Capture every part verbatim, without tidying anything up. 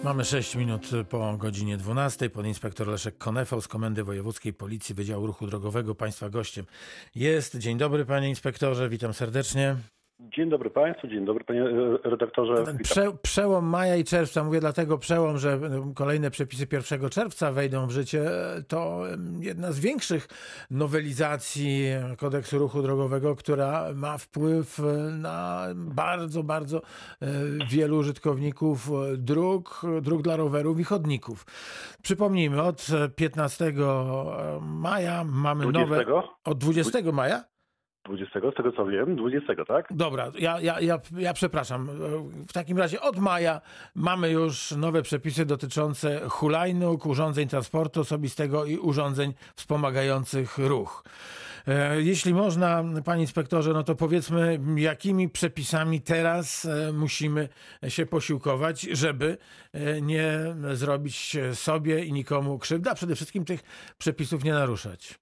Mamy sześć minut po godzinie dwunastej. Podinspektor Leszek Konefał z Komendy Wojewódzkiej Policji Wydziału Ruchu Drogowego Państwa gościem jest. Dzień dobry, panie inspektorze, witam serdecznie. Dzień dobry państwu, dzień dobry panie redaktorze. Ten prze, przełom maja i czerwca, mówię dlatego przełom, że kolejne przepisy pierwszego czerwca wejdą w życie. To jedna z większych nowelizacji kodeksu ruchu drogowego, która ma wpływ na bardzo, bardzo wielu użytkowników dróg, dróg dla rowerów i chodników. Przypomnijmy, od piętnastego maja mamy dwudziestego? nowe... Od dwudziestego maja? dwudziestego, z tego co wiem, dwudziestego, tak? Dobra, ja, ja, ja, ja przepraszam. W takim razie od maja mamy już nowe przepisy dotyczące hulajnóg, urządzeń transportu osobistego i urządzeń wspomagających ruch. Jeśli można, panie inspektorze, no to powiedzmy, jakimi przepisami teraz musimy się posiłkować, żeby nie zrobić sobie i nikomu krzywdy, a przede wszystkim tych przepisów nie naruszać.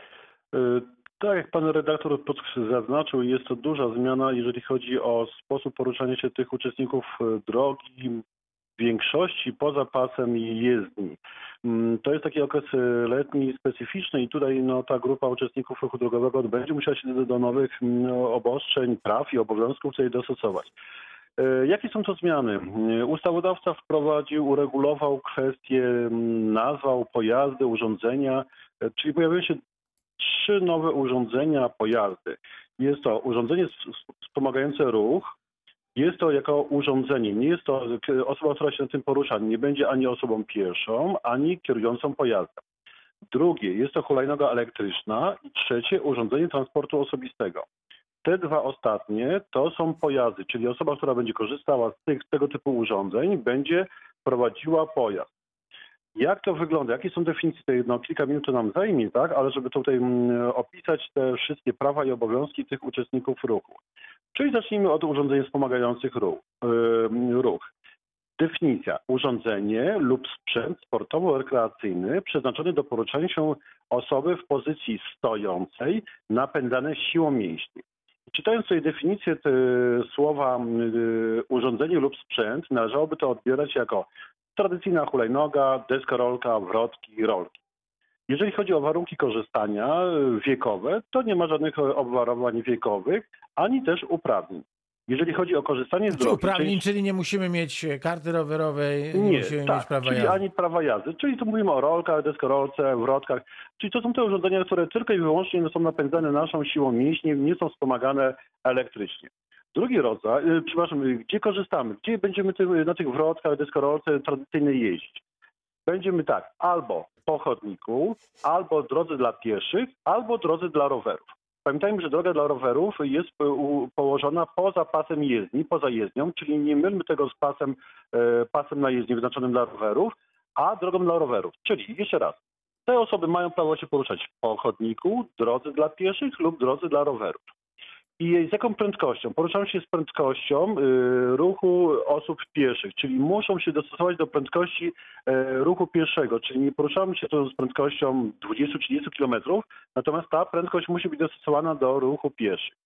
Y Tak jak pan redaktor zaznaczył, jest to duża zmiana, jeżeli chodzi o sposób poruszania się tych uczestników drogi, w większości poza pasem jezdni. To jest taki okres letni specyficzny i tutaj no, ta grupa uczestników ruchu drogowego będzie musiała się do, do nowych no, obostrzeń, praw i obowiązków sobie dostosować. Jakie są to zmiany? Ustawodawca wprowadził, uregulował kwestie, nazwał pojazdy, urządzenia, czyli pojawiły się trzy nowe urządzenia, pojazdy. Jest to urządzenie wspomagające ruch, jest to jako urządzenie, nie jest to osoba, która się na tym porusza, nie będzie ani osobą pieszą, ani kierującą pojazdem. Drugie, jest to hulajnoga elektryczna i trzecie, urządzenie transportu osobistego. Te dwa ostatnie to są pojazdy, czyli osoba, która będzie korzystała z tych, tego typu urządzeń, będzie prowadziła pojazd. Jak to wygląda? Jakie są definicje? No, kilka minut to nam zajmie, tak? Ale żeby tutaj mm, opisać te wszystkie prawa i obowiązki tych uczestników ruchu. Czyli zacznijmy od urządzeń wspomagających ruch. Yy, ruch. Definicja. Urządzenie lub sprzęt sportowo-rekreacyjny przeznaczony do poruszania się osoby w pozycji stojącej, napędzane siłą mięśni. Czytając sobie definicję te słowa yy, urządzenie lub sprzęt, należałoby to odbierać jako tradycyjna hulajnoga, deskorolka, wrotki, rolki. Jeżeli chodzi o warunki korzystania wiekowe, to nie ma żadnych obwarowań wiekowych, ani też uprawnień. Jeżeli chodzi o korzystanie z drogi... Czy uprawnień, czyli... czyli nie musimy mieć karty rowerowej, nie, nie musimy tak, mieć prawa czyli jazdy. ani prawa jazdy. Czyli tu mówimy o rolkach, deskorolce, wrotkach. Czyli to są te urządzenia, które tylko i wyłącznie są napędzane naszą siłą mięśni, nie są wspomagane elektrycznie. Drugi rodzaj, yy, przepraszam, gdzie korzystamy? Gdzie będziemy ty, na tych wrotkach, deskorolce tradycyjnej jeździć? Będziemy tak, albo po chodniku, albo drodze dla pieszych, albo drodze dla rowerów. Pamiętajmy, że droga dla rowerów jest położona poza pasem jezdni, poza jezdnią, czyli nie mylmy tego z pasem, yy, pasem na jezdni wyznaczonym dla rowerów, a drogą dla rowerów. Czyli, jeszcze raz, te osoby mają prawo się poruszać po chodniku, drodze dla pieszych lub drodze dla rowerów. I z jaką prędkością? Poruszamy się z prędkością y, ruchu osób pieszych, czyli muszą się dostosować do prędkości y, ruchu pieszego, czyli nie poruszamy się tu z prędkością dwadzieścia do trzydziestu kilometrów, natomiast ta prędkość musi być dostosowana do ruchu pieszych.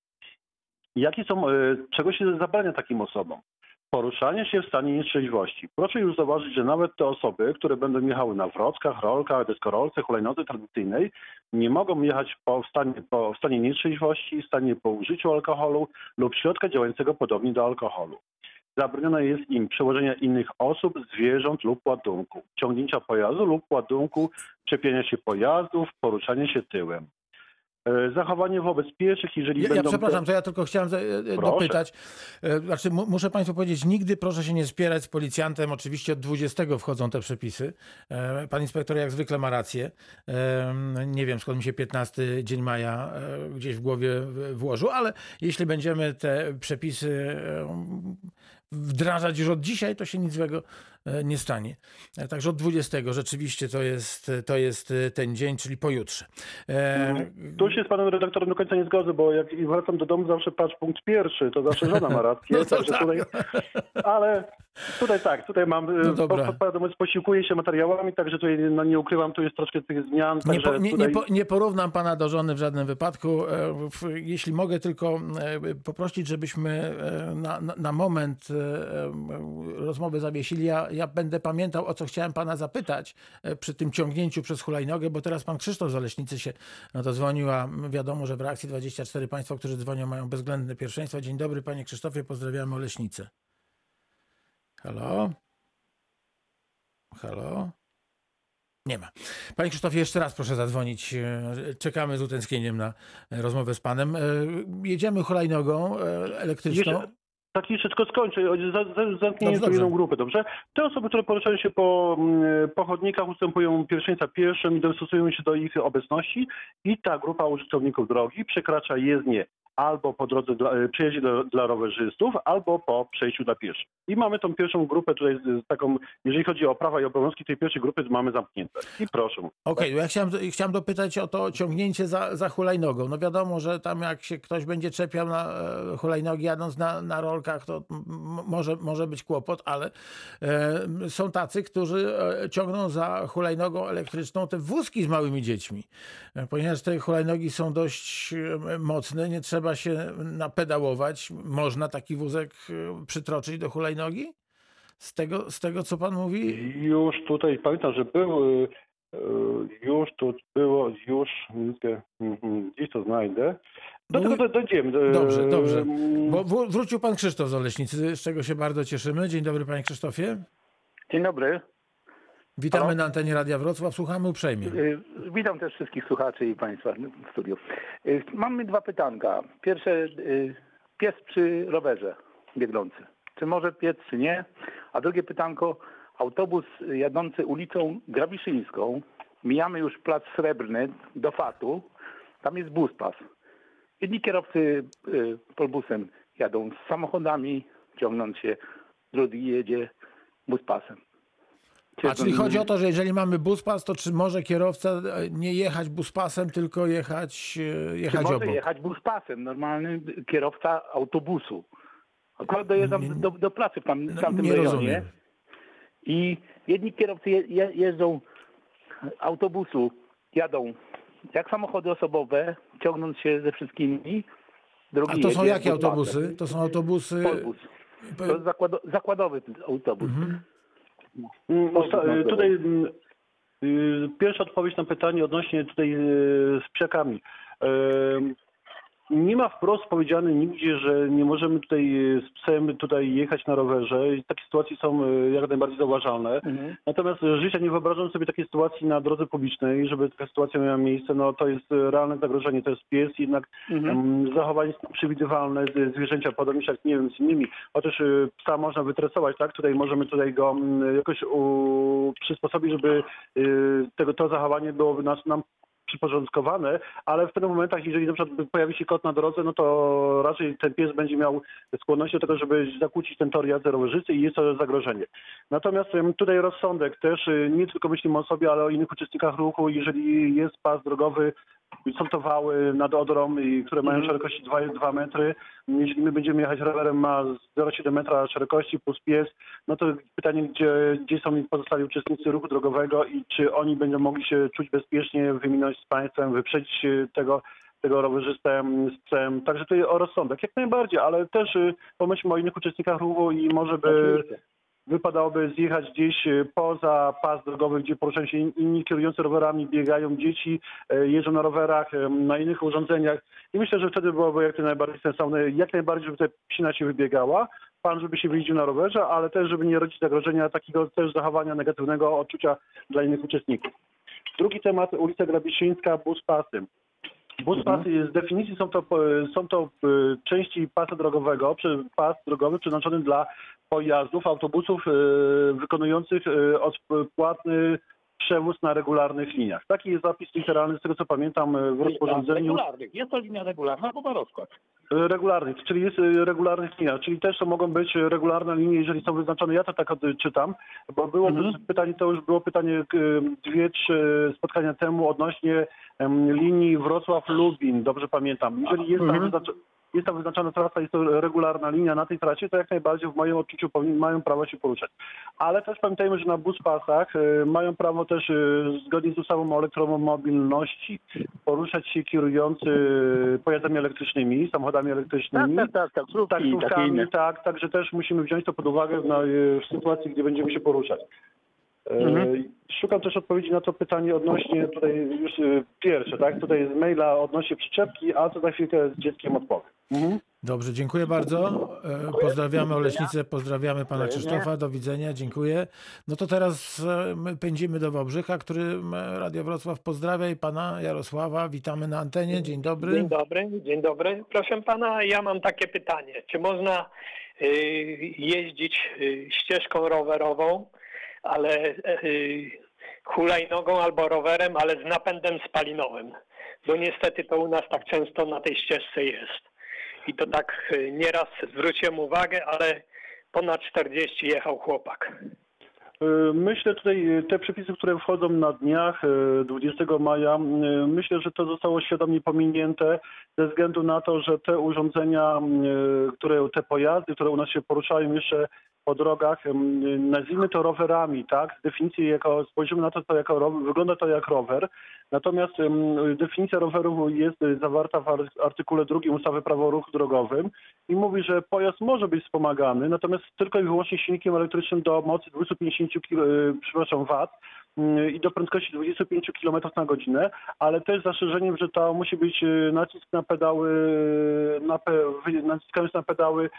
Jakie są, y, czego się zabrania takim osobom? Poruszanie się w stanie nietrzeźwości. Proszę już zauważyć, że nawet te osoby, które będą jechały na wrotkach, rolkach, deskorolce, hulajnodze tradycyjnej, nie mogą jechać po, w, stanie, po, w stanie nietrzeźwości, w stanie po użyciu alkoholu lub środka działającego podobnie do alkoholu. Zabronione jest im przewożenia innych osób, zwierząt lub ładunku, ciągnięcia pojazdu lub ładunku, czepiania się pojazdów, poruszania się tyłem. Zachowanie wobec pieszych, jeżeli ja, będą... Ja przepraszam, to ja tylko chciałem dopytać. Znaczy, muszę państwu powiedzieć, nigdy proszę się nie spierać z policjantem. Oczywiście od dwudziestego wchodzą te przepisy. Pan inspektor jak zwykle ma rację. Nie wiem, skąd mi się piętnasty dzień maja gdzieś w głowie włożył, ale jeśli będziemy te przepisy wdrażać już od dzisiaj, to się nic złego nie stanie. Także od dwudziestego rzeczywiście to jest, to jest ten dzień, czyli pojutrze. Tu się z panem redaktorem do końca nie zgodzę, bo jak wracam do domu, zawsze patrz punkt pierwszy, to zawsze żona ma rację. No to tak. Tutaj, ale tutaj tak, tutaj mam, no po, posiłkuję się materiałami, także tutaj no, nie ukrywam, tu jest troszkę tych zmian. Nie, po, nie, tutaj... nie, po, nie porównam pana do żony w żadnym wypadku. Jeśli mogę tylko poprosić, żebyśmy na, na, na moment rozmowy zawiesili. Ja ja, ja będę pamiętał, o co chciałem pana zapytać e, przy tym ciągnięciu przez hulajnogę, bo teraz pan Krzysztof z Oleśnicy się no to dzwonił, a wiadomo, że w Reakcji dwadzieścia cztery państwo, którzy dzwonią, mają bezwzględne pierwszeństwo. Dzień dobry, panie Krzysztofie, pozdrawiamy Oleśnicę. Halo? Halo? Nie ma. Panie Krzysztofie, jeszcze raz proszę zadzwonić. Czekamy z utęsknieniem na rozmowę z panem. Jedziemy hulajnogą elektryczną. Jeszcze, tak jeszcze tylko skończę. Zamknięcie Dobrze, jedną grupę, dobrze? Te osoby, które poruszają się po, po chodnikach, ustępują pierwszeństwa pieszym i dostosują się do ich obecności i ta grupa użytkowników drogi przekracza jezdnię albo po drodze dla, przejeździe do, dla rowerzystów, albo po przejściu dla pieszych. I mamy tą pierwszą grupę tutaj z taką, jeżeli chodzi o prawa i obowiązki tej pierwszej grupy, to mamy zamknięte. I proszę. Okej, okay, ja chciałem, chciałem dopytać o to ciągnięcie za, za hulajnogą. No wiadomo, że tam jak się ktoś będzie czepiał na e, hulajnogi jadąc na, na rolkach, to m, może, może być kłopot, ale e, są tacy, którzy e, ciągną za hulajnogą elektryczną te wózki z małymi dziećmi. E, ponieważ te hulajnogi są dość e, mocne, nie trzeba się napedałować. Można taki wózek e, przytroczyć do hulajnogi? Z tego, z tego, co pan mówi? Już tutaj pamiętam, że były, już tu było, już gdzieś to znajdę. Do Mówi... tego dojdziemy. Dobrze, dobrze. Bo wrócił pan Krzysztof z Oleśnicy, z czego się bardzo cieszymy. Dzień dobry, panie Krzysztofie. Dzień dobry. Witamy Halo? na antenie Radia Wrocław. Słuchamy uprzejmie. Witam też wszystkich słuchaczy i państwa w studiu. Mamy dwa pytanka. Pierwsze, pies przy rowerze biegnący. Czy może piec, czy nie? A drugie pytanko, autobus jadący ulicą Grabiszyńską, mijamy już Plac Srebrny do Fatu, tam jest buspas. Jedni kierowcy y, polbusem jadą z samochodami, ciągnąc się, drugi jedzie buspasem. A czyli chodzi o to, że jeżeli mamy buspas, to czy może kierowca nie jechać buspasem, tylko jechać, jechać czy może obok? jechać buspasem, normalny kierowca autobusu. Akurat dojeżdżam do, do pracy w, tam, w tamtym nie rejonie rozumiem. I jedni kierowcy je, je, jeżdżą autobusu, jadą jak samochody osobowe, ciągnąc się ze wszystkimi. Drugi A to są jedzie jakie buspasem. autobusy? To są autobusy... Polbus. To jest zakłado, zakładowy autobus. Mhm. Osta- tutaj y, pierwsza odpowiedź na pytanie odnośnie tutaj y, z psiakami. Y, Nie ma wprost powiedziane nigdzie, że nie możemy tutaj z psem tutaj jechać na rowerze. I takie sytuacje są jak najbardziej zauważalne. Mhm. Natomiast życia nie wyobrażam sobie takiej sytuacji na drodze publicznej, żeby taka sytuacja miała miejsce. No to jest realne zagrożenie, to jest pies, jednak mhm. zachowanie jest przewidywalne zwierzęcia, podobnie jak nie wiem z innymi. Chociaż psa można wytresować, tak? Tutaj możemy tutaj go jakoś u... przysposobić, żeby tego to zachowanie było nas, nam przyporządkowane, ale w pewnych momentach, jeżeli na przykład pojawi się kot na drodze, no to raczej ten pies będzie miał skłonność do tego, żeby zakłócić ten tor jazdy rowerzysty i jest to zagrożenie. Natomiast tutaj rozsądek też, nie tylko myślimy o sobie, ale o innych uczestnikach ruchu. Jeżeli jest pas drogowy, są to wały nad Odrą, które mają szerokości dwa metry. Jeżeli my będziemy jechać rowerem, ma zero przecinek siedem metra szerokości plus pies, no to pytanie, gdzie, gdzie są pozostali uczestnicy ruchu drogowego i czy oni będą mogli się czuć bezpiecznie, wyminąć z państwem, wyprzedzić tego, tego rowerzystę z psem. Także tutaj o rozsądek, jak najbardziej, ale też pomyślmy o innych uczestnikach ruchu i może by... wypadałoby zjechać gdzieś poza pas drogowy, gdzie poruszają się inni kierujący rowerami, biegają dzieci, jeżdżą na rowerach, na innych urządzeniach. I myślę, że wtedy byłoby jak najbardziej sensowne, jak najbardziej, żeby ta psina się wybiegała, pan żeby się wyjeździł na rowerze, ale też, żeby nie rodzić zagrożenia takiego też zachowania negatywnego odczucia dla innych uczestników. Drugi temat, ulica Grabiszyńska, buspasy. Buspasy z definicji są to, są to części pasa drogowego, pas drogowy przeznaczony dla pojazdów, autobusów wykonujących odpłatny przewóz na regularnych liniach. Taki jest zapis literalny, z tego co pamiętam w rozporządzeniu. Regularnych. Jest to linia regularna, bo ma rozkład. Regularnych, czyli jest regularnych linia, czyli też to mogą być regularne linie, jeżeli są wyznaczone. Ja to tak odczytam, bo było mhm. pytanie, to już było pytanie dwie, trzy spotkania temu odnośnie linii Wrocław-Lubin, dobrze pamiętam. Jeżeli jest tam wyznaczone... jest tam wyznaczona trasa, jest to regularna linia na tej trasie, to jak najbardziej w moim odczuciu powinni, mają prawo się poruszać. Ale też pamiętajmy, że na buspasach y, mają prawo też y, zgodnie z ustawą o elektromobilności poruszać się kierujący pojazdami elektrycznymi, samochodami elektrycznymi. Tak, tak, tak, taksówki, takie taksówkami, inne. tak, także też musimy wziąć to pod uwagę na, w sytuacji, gdzie będziemy się poruszać. Mhm. Szukam też odpowiedzi na to pytanie odnośnie tutaj już pierwsze, tak? Tutaj z maila odnośnie przyczepki, a to za chwilkę z dzieckiem odpowiem. Mhm. Dobrze, dziękuję bardzo. Pozdrawiamy Oleśnicę, pozdrawiamy pana Krzysztofa, do widzenia, dziękuję. No to teraz my pędzimy do Wałbrzycha, który Radio Wrocław pozdrawia i pana Jarosława. Witamy na antenie, dzień dobry. Dzień dobry, dzień dobry. Proszę pana, ja mam takie pytanie. Czy można y, jeździć y, ścieżką rowerową, ale y, hulajnogą albo rowerem, ale z napędem spalinowym? Bo niestety to u nas tak często na tej ścieżce jest. I to tak nieraz zwróciłem uwagę, ale ponad czterdzieści jechał chłopak. Myślę tutaj, te przepisy, które wchodzą na dniach dwudziestego maja, myślę, że to zostało świadomie pominięte ze względu na to, że te urządzenia, które, te pojazdy, które u nas się poruszają jeszcze po drogach, nazwijmy to rowerami, tak? Z definicji, jako, spojrzymy na to, to jako rower, wygląda to jak rower. Natomiast definicja roweru jest zawarta w artykule drugim ustawy Prawo o ruchu drogowym i mówi, że pojazd może być wspomagany, natomiast tylko i wyłącznie silnikiem elektrycznym do mocy dwieście pięćdziesiąt przepraszam, wat i do prędkości dwadzieścia pięć kilometrów na godzinę, ale też z zastrzeżeniem, że to musi być nacisk na pedały, na pe, naciskając na pedały,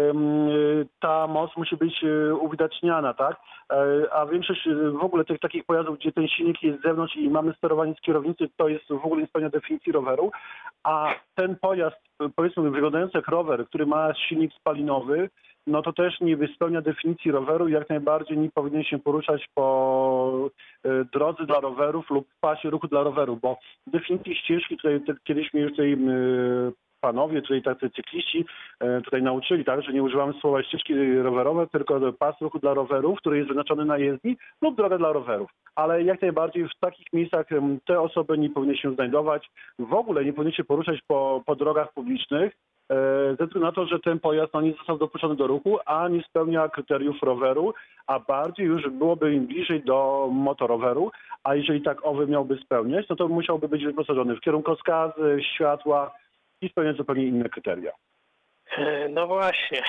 ta moc musi być uwidaczniana, tak? A większość w ogóle tych takich pojazdów, gdzie ten silnik jest z zewnątrz i mamy sterowanie z kierownicy, to jest w ogóle nie spełnia definicji roweru, a ten pojazd, powiedzmy wyglądający jak rower, który ma silnik spalinowy, no to też nie spełnia definicji roweru i jak najbardziej nie powinien się poruszać po drodze dla rowerów lub pasie ruchu dla rowerów, bo definicji ścieżki, tutaj kiedyś mnie już tutaj panowie, tutaj tacy cykliści tutaj nauczyli, tak, że nie używamy słowa ścieżki rowerowe, tylko pas ruchu dla rowerów, który jest wyznaczony na jezdni lub droga dla rowerów. Ale jak najbardziej w takich miejscach te osoby nie powinny się znajdować, w ogóle nie powinny się poruszać po, po drogach publicznych, ze względu na to, że ten pojazd no, nie został dopuszczony do ruchu, a nie spełnia kryteriów roweru, a bardziej już byłoby im bliżej do motoroweru, a jeżeli tak owy miałby spełniać, no to musiałby być wyposażony w kierunkowskazy, światła i spełniać zupełnie inne kryteria. No właśnie.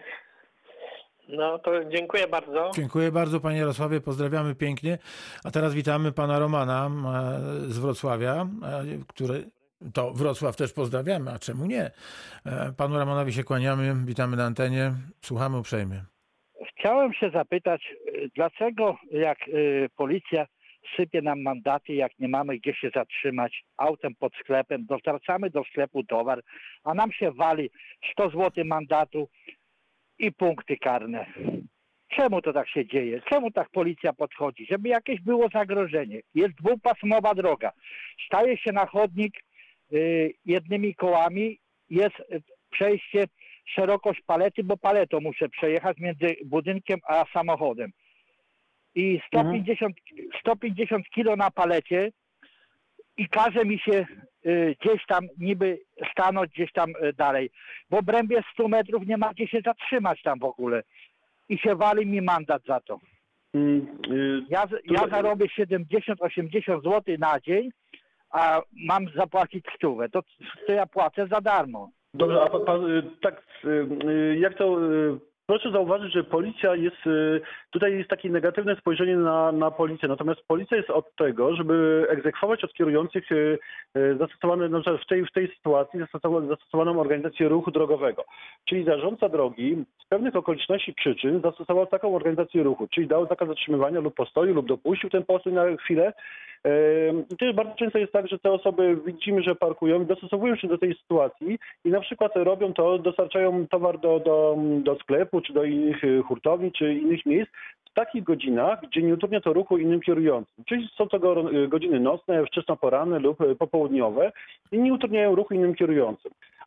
No to dziękuję bardzo. Dziękuję bardzo panie Jarosławie, pozdrawiamy pięknie. A teraz witamy pana Romana z Wrocławia, który... To Wrocław też pozdrawiamy, a czemu nie? Panu Ramonowi się kłaniamy, witamy na antenie, słuchamy uprzejmie. Chciałem się zapytać, dlaczego jak policja sypie nam mandaty, jak nie mamy gdzie się zatrzymać autem pod sklepem, dostarczamy do sklepu towar, a nam się wali sto złotych mandatu i punkty karne. Czemu to tak się dzieje? Czemu tak policja podchodzi? Żeby jakieś było zagrożenie. Jest dwupasmowa droga. Staje się na chodnik jednymi kołami, jest przejście, szerokość palety, bo paletą muszę przejechać między budynkiem a samochodem. I sto pięćdziesiąt, sto pięćdziesiąt kilo na palecie i każe mi się y, gdzieś tam niby stanąć gdzieś tam y, dalej. W obrębie stu metrów nie ma gdzie się zatrzymać tam w ogóle. I się wali mi mandat za to. Mm, y, ja, ja zarobię siedemdziesiąt osiemdziesiąt złotych na dzień, a mam zapłacić stówę, to, to ja płacę za darmo. Dobrze, a pan, pan tak, jak to, proszę zauważyć, że policja jest, tutaj jest takie negatywne spojrzenie na, na policję, natomiast policja jest od tego, żeby egzekwować od kierujących zastosowane, na przykład w tej, w tej sytuacji zastosowaną organizację ruchu drogowego. Czyli zarządca drogi z pewnych okoliczności przyczyn zastosował taką organizację ruchu, czyli dał zakaz zatrzymywania lub postoju, lub dopuścił ten postój na chwilę. I też bardzo często jest tak, że te osoby widzimy, że parkują i dostosowują się do tej sytuacji i na przykład robią to, dostarczają towar do, do, do sklepu, czy do innych hurtowni, czy innych miejsc w takich godzinach, gdzie nie utrudnia to ruchu innym kierującym. Czyli są to godziny nocne, wczesnoporanne lub popołudniowe i nie utrudniają ruchu innym kierującym.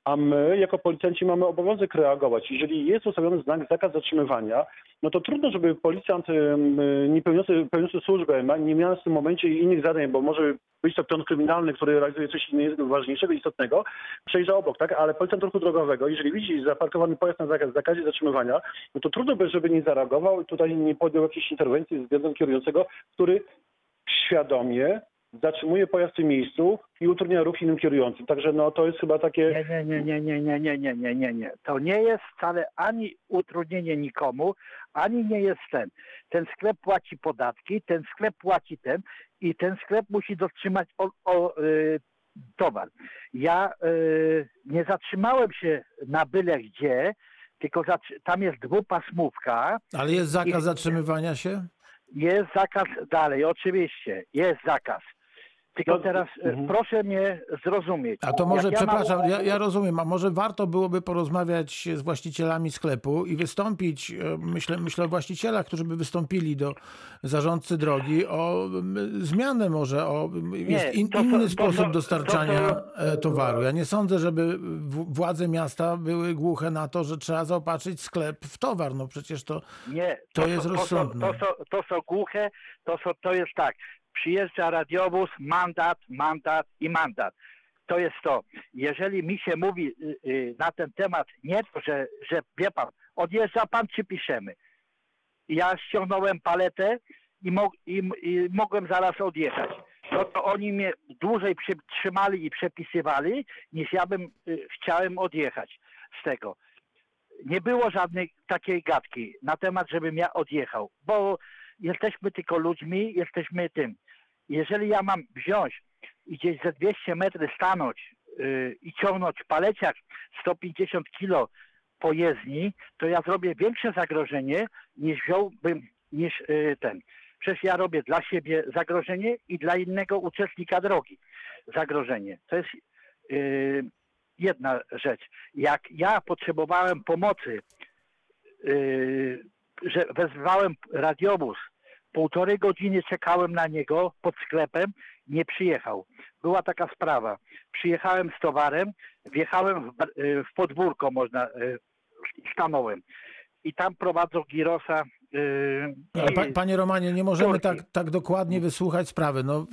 a my jako policjanci mamy obowiązek reagować. Jeżeli jest ustawiony znak zakaz zatrzymywania, no to trudno, żeby policjant nie pełniący, pełniący służbę, nie miał w tym momencie innych zadań, bo może być to pion kryminalny, który realizuje coś innego, ważniejszego, istotnego, przejrzał obok, tak? Ale policjant ruchu drogowego, jeżeli widzi zaparkowany pojazd na zakaz, zakazie zatrzymywania, no to trudno by, żeby nie zareagował i tutaj nie podjął jakiejś interwencji względem kierującego, który świadomie zatrzymuje pojazd w tym miejscu i utrudnia ruch innym kierującym. Także no to jest chyba takie... Nie, nie, nie, nie, nie, nie, nie, nie, nie, nie. To nie jest wcale ani utrudnienie nikomu, ani nie jest ten. Ten sklep płaci podatki, ten sklep płaci ten i ten sklep musi dotrzymać o, o y, towar. Ja y, nie zatrzymałem się na byle gdzie, tylko zatrzy- tam jest dwupasmówka. Ale jest zakaz I- zatrzymywania się? Jest zakaz dalej, oczywiście, jest zakaz. Tylko No, teraz e, mhm. proszę mnie zrozumieć. A to może, Jak ja przepraszam, mam- ja, ja rozumiem, a może warto byłoby porozmawiać z właścicielami sklepu i wystąpić, e, myślę, myślę o właścicielach, którzy by wystąpili do zarządcy drogi o m, zmianę może, o jest in, to są- inny to sposób są- dostarczania to są- e, towaru. Ja nie sądzę, żeby w- władze miasta były głuche na to, że trzeba zaopatrzyć sklep w towar. No przecież to... Nie, To jest są- rozsądne. To, są- to, są, to są głuche, to, są, to jest tak. Przyjeżdża radiowóz, mandat, mandat i mandat. To jest to. Jeżeli mi się mówi y, y, na ten temat, nie to, że, że wie pan, odjeżdża pan czy piszemy. Ja ściągnąłem paletę i, mo, i, i mogłem zaraz odjechać. No to oni mnie dłużej przytrzymali i przepisywali, niż ja bym y, chciałem odjechać z tego. Nie było żadnej takiej gadki na temat, żebym ja odjechał, bo jesteśmy tylko ludźmi, jesteśmy tym. Jeżeli ja mam wziąć i gdzieś ze dwieście metrów stanąć yy, i ciągnąć paleciak sto pięćdziesiąt kilo po jezdni, to ja zrobię większe zagrożenie niż wziąłbym, niż yy, ten. Przecież ja robię dla siebie zagrożenie i dla innego uczestnika drogi zagrożenie. To jest yy, jedna rzecz. Jak ja potrzebowałem pomocy, yy, że wezwałem radiowóz, półtorej godziny czekałem na niego pod sklepem, nie przyjechał. Była taka sprawa. Przyjechałem z towarem, wjechałem w, w podwórko, można, stanąłem. I tam prowadzą girosa. Yy, Ale pa, i- panie Romanie, nie możemy Turki. tak, tak dokładnie wysłuchać sprawy. No,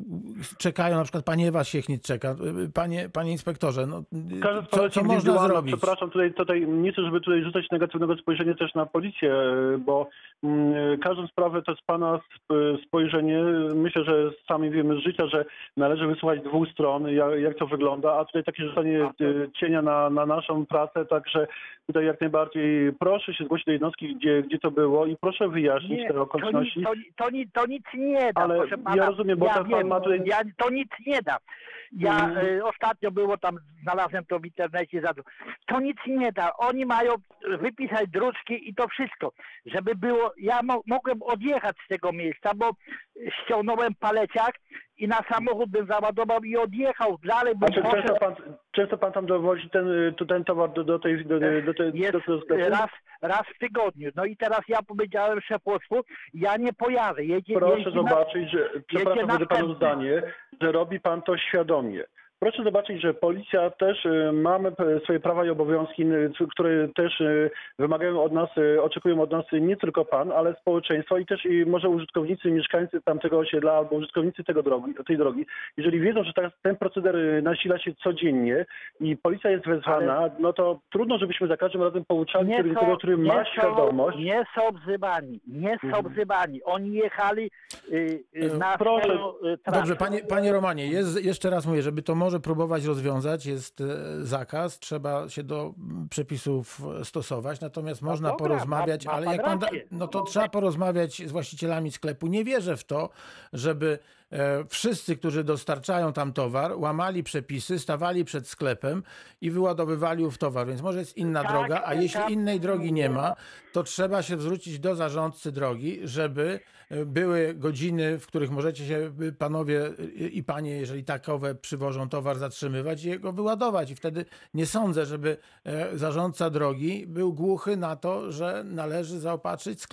y, czekają, na przykład pani Ewa Siechnic czeka. Y, Panie, panie inspektorze, no, y, Każda co, sprawa co jest można indywidualna. zrobić? Przepraszam, tutaj, tutaj nie chcę, żeby tutaj rzucać negatywnego spojrzenia też na policję, bo mm, każdą sprawę to jest pana sp- spojrzenie. Myślę, że sami wiemy z życia, że należy wysłuchać dwóch stron, jak, jak to wygląda, a tutaj takie rzucanie A to- y, cienia na, na naszą pracę, także tutaj jak najbardziej proszę się zgłosić do jednostki, gdzie, gdzie to było i proszę wyjaśnić Nie, te to, okoliczności. nic, to, ni- to, ni- to nic nie da, Ale proszę ja pana. rozumiem, bo ja ten pan wiem, ma tutaj- ja, to nic nie da. Ja Mhm. y, ostatnio było tam, znalazłem to w internecie, za, to nic nie da. Oni mają wypisać druczki i to wszystko, żeby było, ja mo, mogłem odjechać z tego miejsca, bo ściągnąłem paleciak i na samochód bym załadował i odjechał dalej, bo A czy często pan, często pan tam dowozi ten, tu- ten towar do, do, tej, do, do, tej, jest do tego sklepu? raz, raz w tygodniu. No i teraz ja powiedziałem szefostwu, ja nie pojadę. Jedzie, Proszę jeździ na- zobaczyć, że, przepraszam, wtedy panu następny. zdanie, że robi pan to świadomie. Proszę zobaczyć, że policja też y, mamy p- swoje prawa i obowiązki, y, c- które też y, wymagają od nas, y, oczekują od nas y, nie tylko pan, ale społeczeństwo i też i może użytkownicy, mieszkańcy tamtego osiedla albo użytkownicy tego drogi, tej drogi. Jeżeli wiedzą, że teraz ten proceder y, nasila się codziennie i policja jest wezwana, no to trudno, żebyśmy za każdym razem pouczali nie kierownictwo, są, który nie ma są, świadomość. nie są wzywani, nie są Mhm. wzywani. Oni jechali y, y, na Proszę. swoją y, trasę. Dobrze, panie, panie Romanie, jest, jeszcze raz mówię, żeby to może próbować rozwiązać, jest e, zakaz, trzeba się do mm, przepisów stosować, natomiast można dobra, porozmawiać, ma- ma ale pan jak pan, da- rację. no to trzeba porozmawiać z właścicielami sklepu. Nie wierzę w to, żeby e, wszyscy, którzy dostarczają tam towar, łamali przepisy, stawali przed sklepem i wyładowywali ów towar, więc może jest inna Tak, droga, a tak. jeśli innej drogi nie ma, to trzeba się zwrócić do zarządcy drogi, żeby e, były godziny, w których możecie się wy, panowie i i panie, jeżeli takowe przywożą towar, zatrzymywać i go wyładować. I wtedy nie sądzę, żeby e, zarządca drogi był głuchy na to, że należy zaopatrzyć sklep.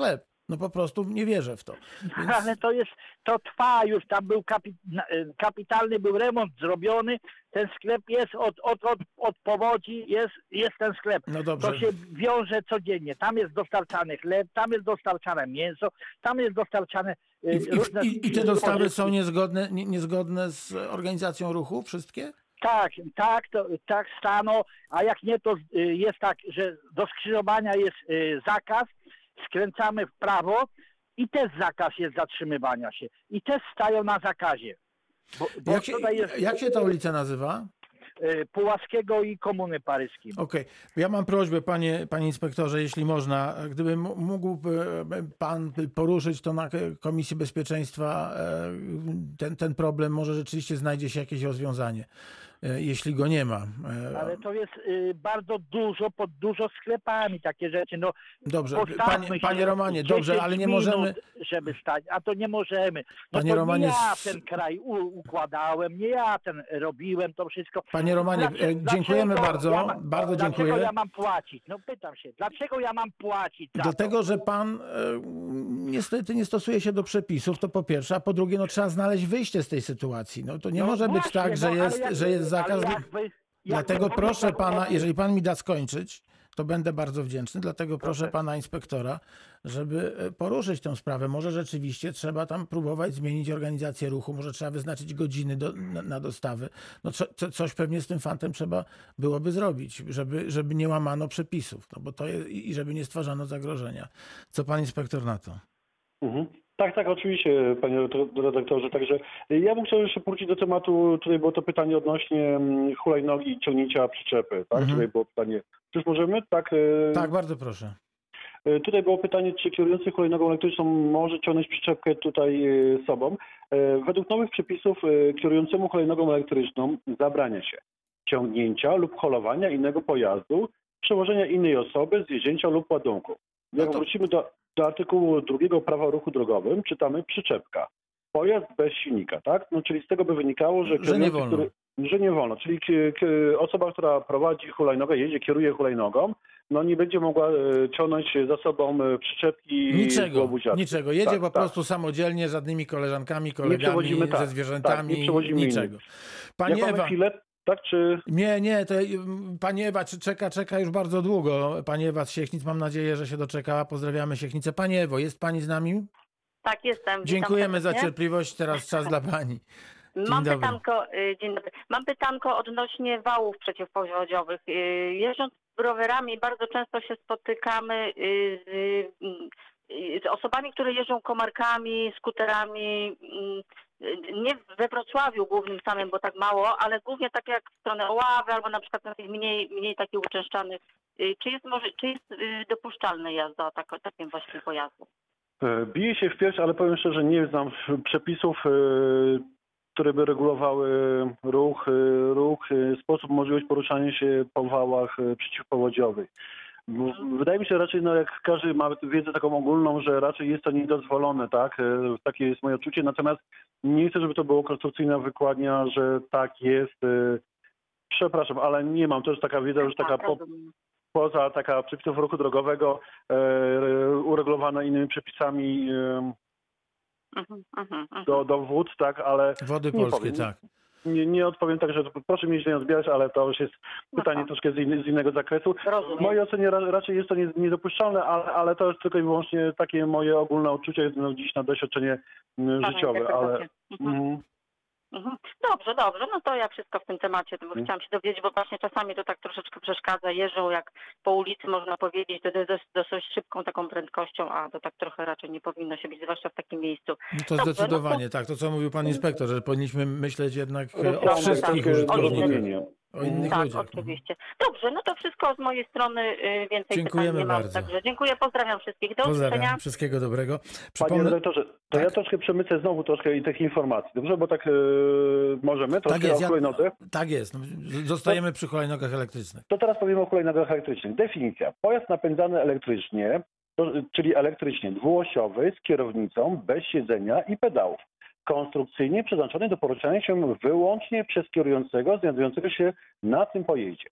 No po prostu nie wierzę w to. Więc... Ale to jest, to trwa już, tam był kapi, kapitalny był remont zrobiony, ten sklep jest od, od, od, od powodzi, jest, jest ten sklep. No dobrze. To się wiąże codziennie, tam jest dostarczany chleb, tam jest dostarczane mięso, tam jest dostarczane I, i, różne... i, I te dostawy są niezgodne, nie, niezgodne z organizacją ruchu? Wszystkie? Tak, tak, to, tak stano, a jak nie, to y, jest tak, że do skrzyżowania jest y, zakaz, skręcamy w prawo i też zakaz jest zatrzymywania się. I też stają na zakazie. Bo, bo Jak się, tutaj jest jak się ta ulica nazywa? y, Puławskiego i Komuny Paryskim. Okej. Ja mam prośbę, panie, panie inspektorze, jeśli można, gdyby m- mógł e, pan poruszyć to na Komisji Bezpieczeństwa, e, ten, ten problem, może rzeczywiście znajdzie się jakieś rozwiązanie, e, jeśli go nie ma. E, Ale to jest y, bardzo dużo, pod dużo sklepami takie rzeczy. No, Dobrze, postawmy panie, się panie Romanie, dobrze, dziesięć ale nie minut, możemy... żeby stać, a to nie możemy. No Panie to Romanie, nie ja s- ten kraj u, układałem, nie ja ten robiłem to wszystko. Panie Romanie, Dlaczego- e, dziękujemy dlaczego bardzo, ja ma- bardzo Dlaczego dziękuję. ja mam płacić? No pytam się, dlaczego ja mam płacić za Dlatego, to? że pan e, niestety nie stosuje się do przepisów, to po pierwsze, a po drugie, no trzeba znaleźć wyjście z tej sytuacji. No to nie No może być właśnie, tak, że no, ale jest, jak- że jest zakaz. ale jakby- jakby Dlatego pan proszę tak pana, powiedział- jeżeli pan mi da skończyć, to będę bardzo wdzięczny. Dlatego proszę pana inspektora, żeby e, poruszyć tę sprawę. Może rzeczywiście trzeba tam próbować zmienić organizację ruchu, może trzeba wyznaczyć godziny do, na, na dostawy. No co, co, coś pewnie z tym fantem trzeba byłoby zrobić, żeby, żeby nie łamano przepisów, no bo to jest, i żeby nie stwarzano zagrożenia. Co pan inspektor na to? Mhm. Tak, tak, oczywiście, panie redaktorze. Także ja bym chciał jeszcze wrócić do tematu, tutaj było to pytanie odnośnie mm, hulajnogi i ciągnięcia przyczepy, tak? Mhm. Tutaj było pytanie, czyż możemy? Tak, e, Tak, bardzo proszę. e, tutaj było pytanie, czy kierujący hulajnogą elektryczną może ciągnąć przyczepkę tutaj e, sobą. E, Według nowych przepisów e, kierującemu hulajnogą elektryczną zabrania się ciągnięcia lub holowania innego pojazdu, przewożenia innej osoby, zjeździęcia lub ładunku. Jak No to- wrócimy do, do artykułu drugiego Prawa o ruchu drogowym, czytamy przyczepka. Pojazd bez silnika, tak? No, czyli z tego by wynikało, że, Że nie kierujący, wolno. Który, że nie wolno. Czyli ki, ki, osoba, która prowadzi hulajnogę, jedzie, kieruje hulajnogą, no nie będzie mogła e, ciągnąć za sobą e, przyczepki Niczego, łobuziarki. niczego. Jedzie Tak, po tak. prostu samodzielnie, żadnymi koleżankami, kolegami, przewozimy, tak, ze zwierzętami, tak, nie przewozimy niczego. Jak Pani mamy Ewa, chwilę, tak, czy... nie, nie, to mm, pani Ewa czy- czeka, czeka już bardzo długo. Pani Ewa z Siechnic, mam nadzieję, że się doczekała. Pozdrawiamy Siechnicę. Pani Ewo, jest pani z nami? Tak, jestem. Witam Dziękujemy za serdecznie. cierpliwość. Teraz czas dla pani. Dzień Mam dobry. pytanko, y, dzień dobry. Mam pytanko odnośnie wałów przeciwpowodziowych. Y, Jeżdżąc rowerami bardzo często się spotykamy y, z, y, z osobami, które jeżdżą komarkami, skuterami. y, Nie we Wrocławiu głównym samym, bo tak mało, ale głównie tak jak w stronę Oławy albo na przykład na tych mniej, mniej takich uczęszczanych. Y, Czy jest może, czy jest y, dopuszczalna jazda tak, takim właśnie pojazdem? E, Biję się w pierś, ale powiem szczerze, nie znam przepisów, e, które by regulowały ruch, e, ruch, e, sposób, możliwość poruszania się po wałach e, przeciwpowodziowych. W- Wydaje mi się raczej, no jak każdy ma wiedzę taką ogólną, że raczej jest to niedozwolone, tak? E, Takie jest moje odczucie, natomiast nie chcę, żeby to było konstrukcyjna wykładnia, że tak jest. e, Przepraszam, ale nie mam, to już taka wiedza, już taka po, rozumiem. poza taka przepisów ruchu drogowego, e, uregulowana innymi przepisami e, Mhm, mhm, mhm. do, do wód, tak, ale Wody nie polskie, powiem. tak. nie, nie odpowiem tak, że to, proszę mnie źle nie odbierać, ale to już jest pytanie Aha. troszkę z, inny, z innego zakresu. Rozumiem. W mojej ocenie ra, raczej jest to nie, niedopuszczalne, ale, ale to jest tylko i wyłącznie takie moje ogólne odczucie, no, dziś na doświadczenie mm, Pana życiowe, ale... interpretacja. Mhm. Mhm. Mhm. Dobrze, dobrze, no to ja wszystko w tym temacie, bo Mhm. chciałam się dowiedzieć, bo właśnie czasami to tak troszeczkę przeszkadza, jeżdżą jak po ulicy, można powiedzieć, to jest dosyć szybką taką prędkością, a to tak trochę raczej nie powinno się być, zwłaszcza w takim miejscu. No to Dobrze, zdecydowanie, tak. To co mówił pan inspektor, że powinniśmy myśleć jednak e, o Rozsądek, wszystkich takie użytkownikach. zrozumienie. O innych Tak, ludziach. oczywiście. Dobrze, no to wszystko z mojej strony, y, więcej Dziękujemy pytań nie mam, bardzo. także dziękuję, pozdrawiam wszystkich, do usłyszenia. Pozdrawiam, wszystkiego dobrego. Panie Przypomnę, redaktorze, to Tak. ja troszkę przemycę znowu troszkę i tych informacji, dobrze? Bo tak e, możemy, troszkę tak jest, o ja, hulajnodze. tak jest. No, zostajemy przy hulajnogach elektrycznych. To teraz powiemy o hulajnogach elektrycznych. Definicja. Pojazd napędzany elektrycznie, to, czyli elektrycznie dwuosiowy z kierownicą, bez siedzenia i pedałów. Konstrukcyjnie przeznaczony do poruszania się wyłącznie przez kierującego znajdującego się na tym pojeździe.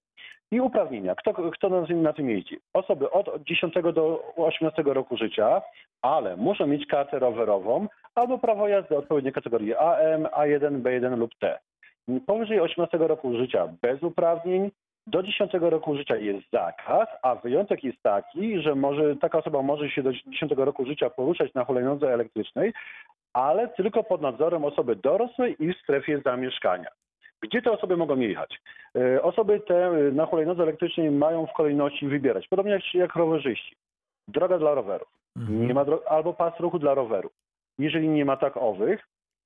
I uprawnienia. Kto, kto na, tym, na tym jeździ? Osoby od dziesiątego do osiemnastego roku życia, ale muszą mieć kartę rowerową albo prawo jazdy odpowiedniej kategorii A M, A jeden, B jeden lub T. Powyżej osiemnastego roku życia bez uprawnień, do dziesiątego roku życia jest zakaz, a wyjątek jest taki, że może, taka osoba może się do dziesiątego roku życia poruszać na hulajnodze elektrycznej, ale tylko pod nadzorem osoby dorosłej i w strefie zamieszkania. Gdzie te osoby mogą jechać? Osoby te na hulajnodze elektrycznej mają w kolejności wybierać, podobnie jak, jak rowerzyści. Droga dla rowerów, mhm. nie ma dro- albo pas ruchu dla rowerów. Jeżeli nie ma takowych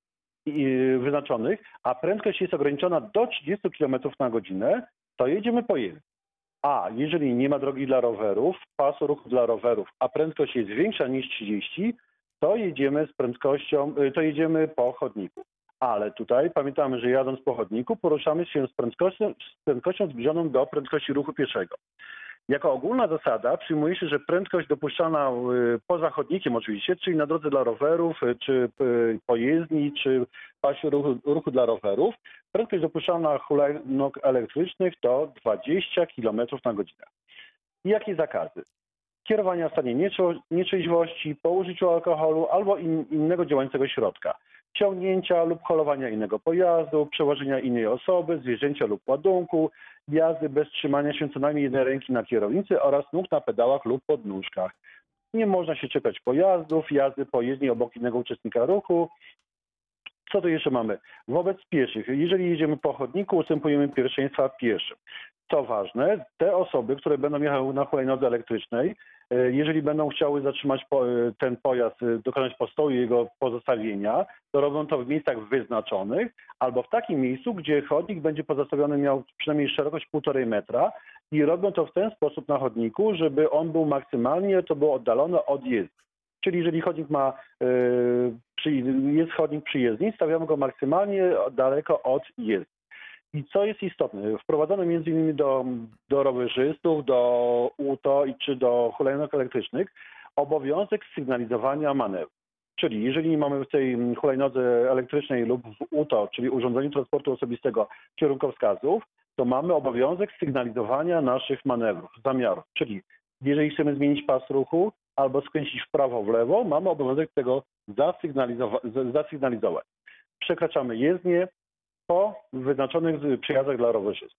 wyznaczonych, a prędkość jest ograniczona do trzydziestu kilometrów na godzinę, to jedziemy po jezdni. A jeżeli nie ma drogi dla rowerów, pasu ruchu dla rowerów, a prędkość jest większa niż trzydzieści, to jedziemy z prędkością, to jedziemy po chodniku. Ale tutaj pamiętamy, że jadąc po chodniku poruszamy się z prędkością, z prędkością zbliżoną do prędkości ruchu pieszego. Jako ogólna zasada przyjmuje się, że prędkość dopuszczalna poza chodnikiem oczywiście, czyli na drodze dla rowerów, czy pojezdni, czy pasie ruchu, ruchu dla rowerów, prędkość dopuszczalna hulajnóg elektrycznych to dwadzieścia kilometrów na godzinę. I jakie zakazy? Kierowania w stanie nietrzeźwości, po użyciu alkoholu albo in, innego działającego środka. Ciągnięcia lub holowania innego pojazdu, przewożenia innej osoby, zwierzęcia lub ładunku, jazdy bez trzymania się co najmniej jednej ręki na kierownicy oraz nóg na pedałach lub podnóżkach. Nie można się czepiać pojazdów, jazdy po jezdni obok innego uczestnika ruchu. Co tu jeszcze mamy? Wobec pieszych. Jeżeli jedziemy po chodniku, ustępujemy pierwszeństwa pieszym. Co ważne, te osoby, które będą jechały na hulajnodze elektrycznej, jeżeli będą chciały zatrzymać ten pojazd, dokonać postoju jego pozostawienia, to robią to w miejscach wyznaczonych albo w takim miejscu, gdzie chodnik będzie pozostawiony, miał przynajmniej szerokość półtorej metra i robią to w ten sposób na chodniku, żeby on był maksymalnie, to było oddalone od jezdni. Czyli jeżeli chodnik ma, jest chodnik przy jezdni, stawiamy go maksymalnie daleko od jezdni. I co jest istotne, wprowadzono między innymi do, do rowerzystów, do U T O i czy do hulajnóg elektrycznych obowiązek sygnalizowania manewru. Czyli jeżeli mamy w tej hulajnodze elektrycznej lub w U T O, czyli Urządzeniu Transportu Osobistego, kierunkowskazów, to mamy obowiązek sygnalizowania naszych manewrów, zamiarów. Czyli jeżeli chcemy zmienić pas ruchu albo skręcić w prawo, w lewo, mamy obowiązek tego zasygnalizowa- zasygnalizować. Przekraczamy jezdnię po wyznaczonych przejazdach dla rowerzystów.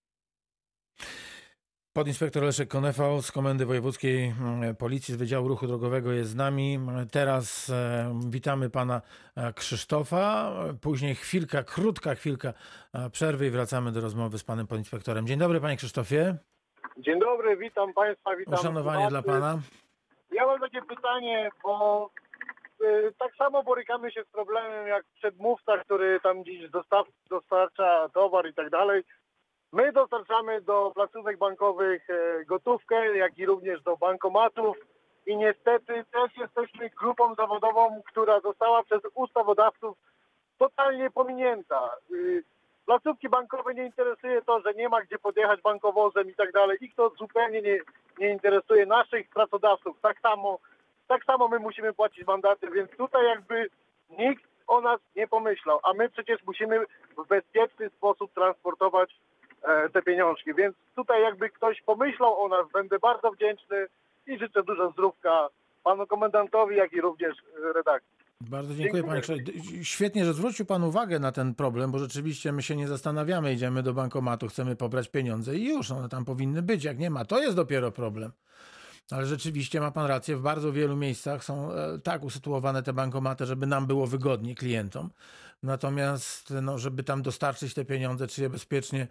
Podinspektor Leszek Konefał z Komendy Wojewódzkiej Policji z Wydziału Ruchu Drogowego jest z nami. Teraz e, witamy pana Krzysztofa. Później chwilka, krótka chwilka przerwy i wracamy do rozmowy z panem podinspektorem. Dzień dobry, panie Krzysztofie. Dzień dobry, witam państwa. Witam Uszanowanie dla pana. Ja mam takie pytanie, bo y, tak samo borykamy się z problemem jak przedmówca, który tam gdzieś dostaw, dostarcza towar i tak dalej. My dostarczamy do placówek bankowych e, gotówkę, jak i również do bankomatów i niestety też jesteśmy grupą zawodową, która została przez ustawodawców totalnie pominięta. Y, placówki bankowe nie interesuje to, że nie ma gdzie podjechać bankowozem i tak dalej. Ich to zupełnie nie, nie interesuje, naszych pracodawców. Tak samo, tak samo my musimy płacić mandaty, więc tutaj jakby nikt o nas nie pomyślał, a my przecież musimy w bezpieczny sposób transportować te pieniążki, więc tutaj jakby ktoś pomyślał o nas, będę bardzo wdzięczny i życzę dużo zdrówka panu komendantowi, jak i również redakcji. Bardzo dziękuję, panie Krzysztofie. Świetnie, że zwrócił pan uwagę na ten problem, bo rzeczywiście my się nie zastanawiamy, idziemy do bankomatu, chcemy pobrać pieniądze i już, one tam powinny być, jak nie ma, to jest dopiero problem. Ale rzeczywiście ma pan rację, w bardzo wielu miejscach są tak usytuowane te bankomaty, żeby nam było wygodnie, klientom. Natomiast, no, żeby tam dostarczyć te pieniądze, czy je bezpiecznie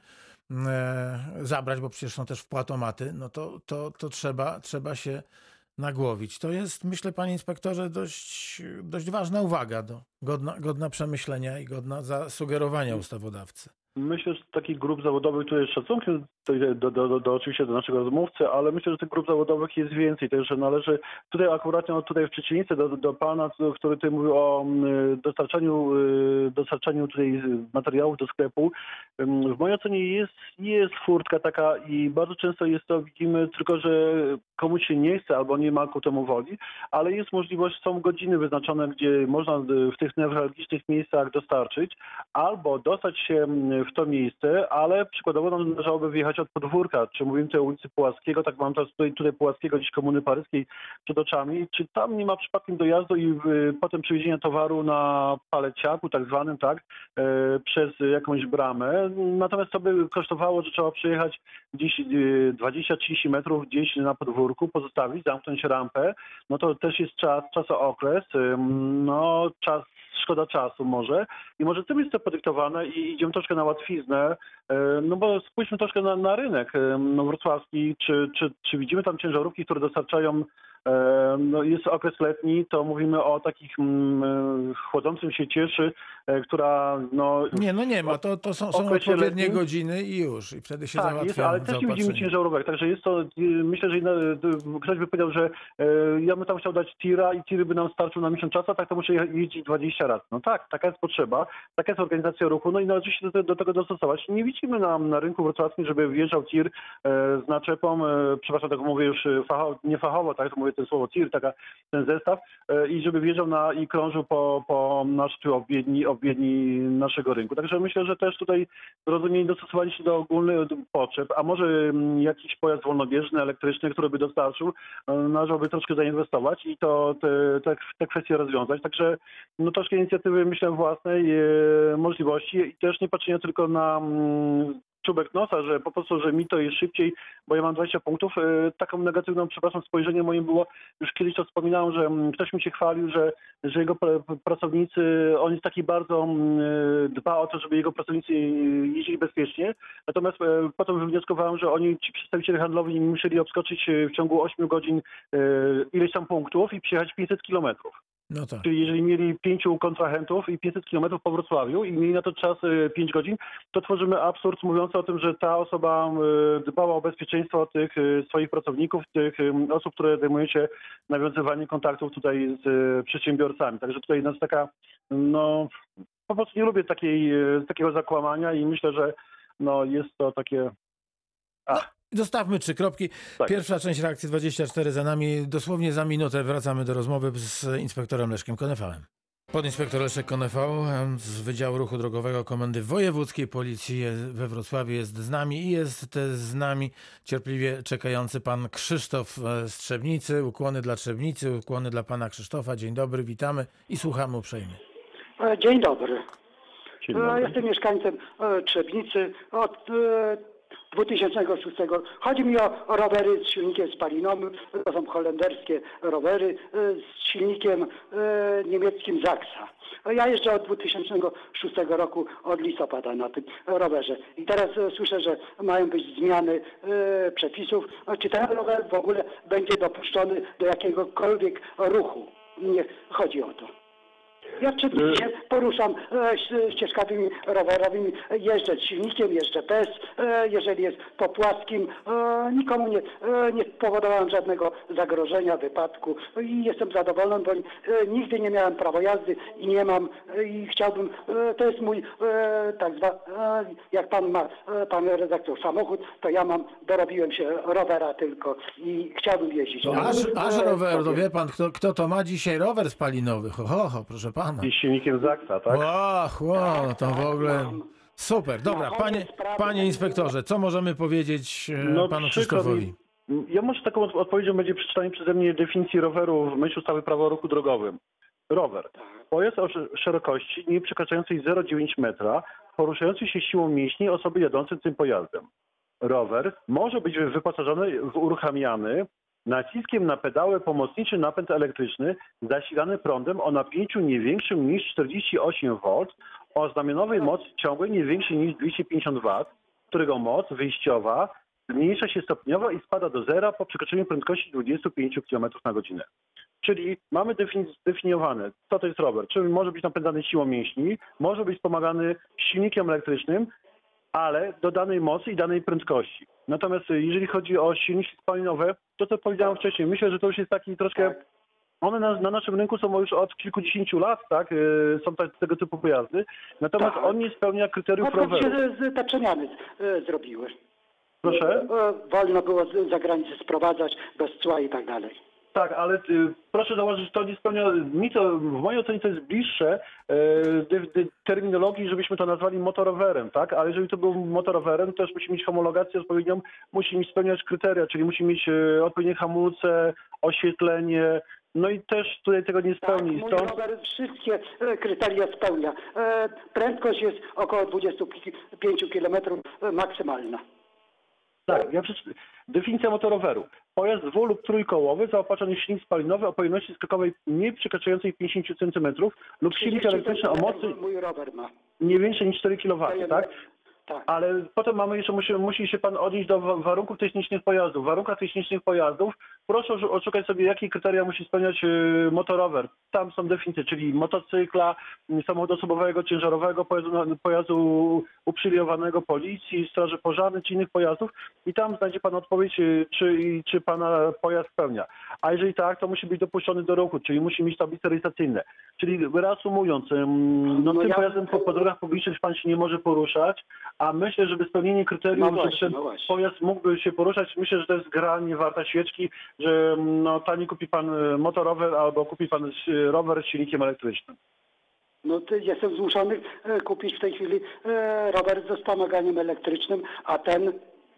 e, zabrać, bo przecież są też wpłatomaty, no to, to, to trzeba, trzeba się nagłowić. To jest, myślę, panie inspektorze, dość, dość ważna uwaga, do, godna, godna przemyślenia i godna zasugerowania ustawodawcy. Myślę, że takich grup zawodowych, tu jest szacunkiem do, do, do, do, oczywiście do naszego rozmówcy, ale myślę, że tych grup zawodowych jest więcej. Także należy tutaj akurat no, tutaj w przeciwieństwie do, do pana, który tutaj mówił o dostarczaniu, dostarczaniu tutaj materiałów do sklepu. W mojej ocenie jest, jest furtka taka i bardzo często jest to, widzimy tylko, że komuś się nie chce albo nie ma ku temu woli, ale jest możliwość, są godziny wyznaczone, gdzie można w tych newralgicznych miejscach dostarczyć albo dostać się w to miejsce, ale przykładowo nam należałoby wyjechać od podwórka, czy mówimy tutaj o ulicy Puławskiego, tak mam teraz tutaj, tutaj Puławskiego, gdzieś Komuny Paryskiej przed oczami, czy tam nie ma przypadkiem dojazdu i y, potem przewiezienia towaru na paleciaku tak zwanym, tak, y, przez jakąś bramę, natomiast to by kosztowało, że trzeba przyjechać gdzieś y, dwadzieścia trzydzieści metrów gdzieś na podwórku, pozostawić, zamknąć rampę, no to też jest czas, czasookres, y, no czas, szkoda czasu może i może tym jest to podyktowane i idziemy troszkę na łatwiznę, no bo spójrzmy troszkę na, na rynek no, wrocławski, czy, czy, czy widzimy tam ciężarówki, które dostarczają, no jest okres letni, to mówimy o takich mm, chłodzącym się cieszy, która no... Nie, no nie ma, to, to są, są odpowiednie letnim. godziny i już, i wtedy się tak, załatwia jest, ale też nie widzimy ciężarówek, także jest to, myślę, że ktoś by powiedział, że ja bym tam chciał dać tira i tiry by nam starczył na miesiąc czasu, a tak to muszę jeździć dwadzieścia razy. No tak, taka jest potrzeba, taka jest organizacja ruchu, no i należy się do, do tego dostosować. Nie widzimy na, na rynku wrocławskim, żeby wjeżdżał tir e, z naczepą, e, przepraszam, tak mówię już fachowo, nie fachowo, tak, to mówię ten słowo tir, taka, ten zestaw, e, i żeby wjeżdżał na i krążył po, po naszej obwiedni, obwiedni naszego rynku. Także myślę, że też tutaj zrozumienie dostosowali się do ogólnych potrzeb, a może m, jakiś pojazd wolnobieżny, elektryczny, który by dostarczył, e, należałoby troszkę zainwestować i to te, te, te kwestie rozwiązać. Także no troszkę inicjatywy, myślę, własnej e, możliwości i też nie patrzenia tylko na mm, czubek nosa, że po prostu, że mi to jest szybciej, bo ja mam dwadzieścia punktów. E, taką negatywną, przepraszam, spojrzenie moim było, już kiedyś to wspominałem, że m, ktoś mi się chwalił, że, że jego pr- pracownicy, on jest taki bardzo m, dba o to, żeby jego pracownicy jeździli bezpiecznie. Natomiast e, potem wywnioskowałem, że oni, ci przedstawiciele handlowi, musieli obskoczyć w ciągu ośmiu godzin e, ileś tam punktów i przejechać pięćset kilometrów. No tak. Czyli jeżeli mieli pięciu kontrahentów i pięćset kilometrów po Wrocławiu i mieli na to czas pięć godzin, to tworzymy absurd mówiący o tym, że ta osoba dbała o bezpieczeństwo tych swoich pracowników, tych osób, które zajmują się nawiązywaniem kontaktów tutaj z przedsiębiorcami. Także tutaj nas taka, no po prostu nie lubię takiej, takiego zakłamania i myślę, że no jest to takie... A. No. Zostawmy trzy kropki. Tak. Pierwsza część reakcji dwadzieścia cztery za nami. Dosłownie za minutę wracamy do rozmowy z inspektorem Leszkiem Konefałem. Podinspektor Leszek Konefał z Wydziału Ruchu Drogowego Komendy Wojewódzkiej Policji we Wrocławiu jest z nami i jest z nami cierpliwie czekający pan Krzysztof z Trzebnicy. Ukłony dla Trzebnicy, ukłony dla pana Krzysztofa. Dzień dobry, witamy i słuchamy uprzejmie. Dzień dobry. Dzień dobry. Jestem mieszkańcem Trzebnicy od dwa tysiące szóstego. Chodzi mi o, o rowery z silnikiem spalinowym. To są holenderskie rowery z silnikiem e, niemieckim Zaxa. Ja jeżdżę od dwa tysiące szóstego roku, od listopada na tym rowerze. I teraz e, słyszę, że mają być zmiany e, przepisów. Czy ten rower w ogóle będzie dopuszczony do jakiegokolwiek ruchu? Nie chodzi o to. Ja przed się poruszam e, ścieżkami rowerowymi, jeżdżę z silnikiem, jeżdżę bez, e, jeżeli jest po płaskim, e, nikomu nie, e, nie spowodowałem żadnego zagrożenia, wypadku i jestem zadowolony, bo e, nigdy nie miałem prawa jazdy i nie mam e, i chciałbym, e, to jest mój e, tak zwany, e, jak pan ma, e, pan redaktor, samochód, to ja mam, dorobiłem się rowera tylko i chciałbym jeździć. No, aż, aż rower, to wie pan, kto, kto to ma dzisiaj rower spalinowy? Ho, ho, ho, proszę pana. I silnikiem Zaxa, tak? Ach, wow, to w ogóle super. Dobra, panie, panie inspektorze, co możemy powiedzieć no, panu Krzysztofowi? Ja może taką odpowiedzią będzie przeczytanie przeze mnie definicji roweru w myśl ustawy Prawo o ruchu drogowym. Rower. Pojazd o szerokości nie przekraczającej zero przecinek dziewięć metra, poruszający się siłą mięśni osoby jadącej tym pojazdem. Rower może być wyposażony w uruchamiany naciskiem na pedały pomocniczy napęd elektryczny zasilany prądem o napięciu nie większym niż czterdzieści osiem wolt o znamionowej mocy ciągłej nie większej niż dwieście pięćdziesiąt watów, którego moc wyjściowa zmniejsza się stopniowo i spada do zera po przekroczeniu prędkości dwadzieścia pięć kilometrów na godzinę. Czyli mamy zdefiniowane, co to jest rower. Czyli może być napędzany siłą mięśni, może być wspomagany silnikiem elektrycznym, ale do danej mocy i danej prędkości. Natomiast jeżeli chodzi o silniki spalinowe, to co powiedziałem wcześniej, myślę, że to już jest taki troszkę... One na, na naszym rynku są już od kilkudziesięciu lat, tak? Yy, są te, tego typu pojazdy. Natomiast tak. On nie spełnia kryteriów no, roweru. się te przemiany y, zrobiły. Proszę? Y, wolno było z, za granicę sprowadzać bez cła i tak dalej. Tak, ale y, proszę zauważyć, że to nie spełnia, mi to, w mojej ocenie to jest bliższe y, dy, dy, terminologii, żebyśmy to nazwali motorowerem, tak? Ale jeżeli to był motorowerem, to też musi mieć homologację odpowiednią, musi mieć spełniać kryteria, czyli musi mieć y, odpowiednie hamulce, oświetlenie, no i też tutaj tego nie Tak, spełni. mój Stąd... rower wszystkie e, kryteria spełnia. E, Prędkość jest około dwadzieścia pięć kilometrów maksymalna. Tak, ja przeczytam. Definicja motoroweru. Pojazd dwu- lub trójkołowy zaopatrzony w silnik spalinowy o pojemności skokowej nie przekraczającej pięćdziesiąt centymetrów lub silnik elektryczny o mocy Mój rower ma. nie więcej niż cztery kilowatowe, tak? Tak. Ale potem mamy jeszcze, musi, musi się pan odnieść do wa- warunków technicznych pojazdów. W warunkach technicznych pojazdów proszę oszu- odszukać sobie, jakie kryteria musi spełniać y, motorower. Tam są definicje, czyli motocykla, y, samochodu osobowego, ciężarowego, pojazdu, na- pojazdu uprzywilejowanego policji, straży pożarnej czy innych pojazdów i tam znajdzie pan odpowiedź, y, czy, i- czy pana pojazd spełnia. A jeżeli tak, to musi być dopuszczony do ruchu, czyli musi mieć tablice rejestracyjne. Czyli reasumując, ym, no, No tym ja- pojazdem po, po drogach publicznych pan się nie może poruszać, a myślę, żeby spełnienie kryterium, No żeby właśnie, ten no właśnie. pojazd mógłby się poruszać, myślę, że to jest gra nie warta świeczki, że no, taniej kupi pan y, motorower albo kupi pan y, rower z silnikiem elektrycznym. No to jestem zmuszony e, kupić w tej chwili e, rower ze wspomaganiem elektrycznym, a ten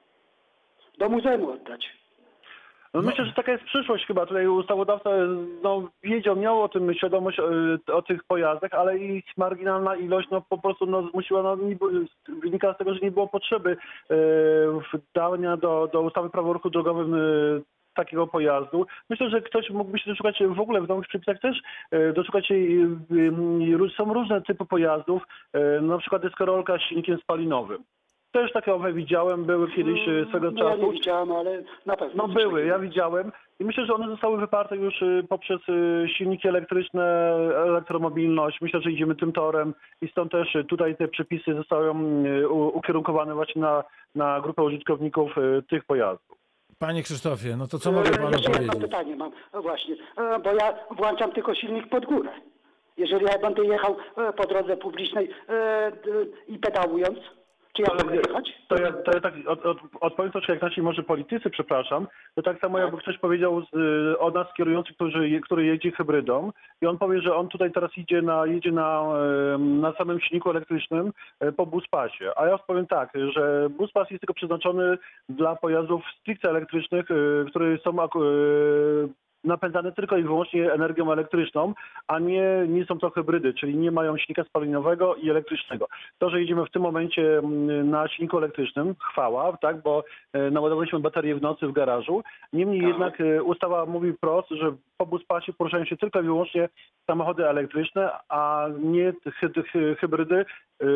do muzeum oddać. No, myślę, że taka jest przyszłość chyba. Tutaj ustawodawca no, wiedział, miał o tym świadomość y, o tych pojazdach, ale ich marginalna ilość no, po prostu no, zmusiła, no, nie, było- wynika z tego, że nie było potrzeby y, dania do, do ustawy Prawo o ruchu drogowym y, takiego pojazdu. Myślę, że ktoś mógłby się doszukać w ogóle w nowych przepisach też e, doszukać się, y, y, są różne typy pojazdów, e, na przykład deskorolka z silnikiem spalinowym. Też takie owe widziałem, były kiedyś e, swego No, ja czasu. nie widziałem, ale na pewno. No coś były, takiego. ja widziałem i myślę, że one zostały wyparte już y, poprzez y, silniki elektryczne, elektromobilność. Myślę, że idziemy tym torem i stąd też y, tutaj te przepisy zostają y, u- ukierunkowane właśnie na, na grupę użytkowników y, tych pojazdów. Panie Krzysztofie, no to co mogę E, panu Jeszcze jedno powiedzieć? pytanie mam, e, właśnie, e, bo ja włączam tylko silnik pod górę. Jeżeli ja będę jechał e, po drodze publicznej e, d- i pedałując, czy ja mogę jechać? To ja, to ja tak od, od, odpowiem troszkę jak nasi może politycy, przepraszam, to tak samo jakby ktoś powiedział z, y, o nas kierujący, który, je- który jedzie hybrydą i on powie, że on tutaj teraz idzie na, jedzie na, y, na samym silniku elektrycznym y, po buspasie. A ja powiem tak, że buspas jest tylko przeznaczony dla pojazdów stricte elektrycznych, y, które są ak- y, napędzane tylko i wyłącznie energią elektryczną, a nie, nie są to hybrydy, czyli nie mają silnika spalinowego i elektrycznego. To, że jedziemy w tym momencie mm, na silniku elektrycznym, chwała, tak, bo e, naładowaliśmy baterię w nocy w garażu. Niemniej Tak. jednak e, ustawa mówi wprost, że po buspasie poruszają się tylko i wyłącznie samochody elektryczne, a nie hy, hy, hybrydy e,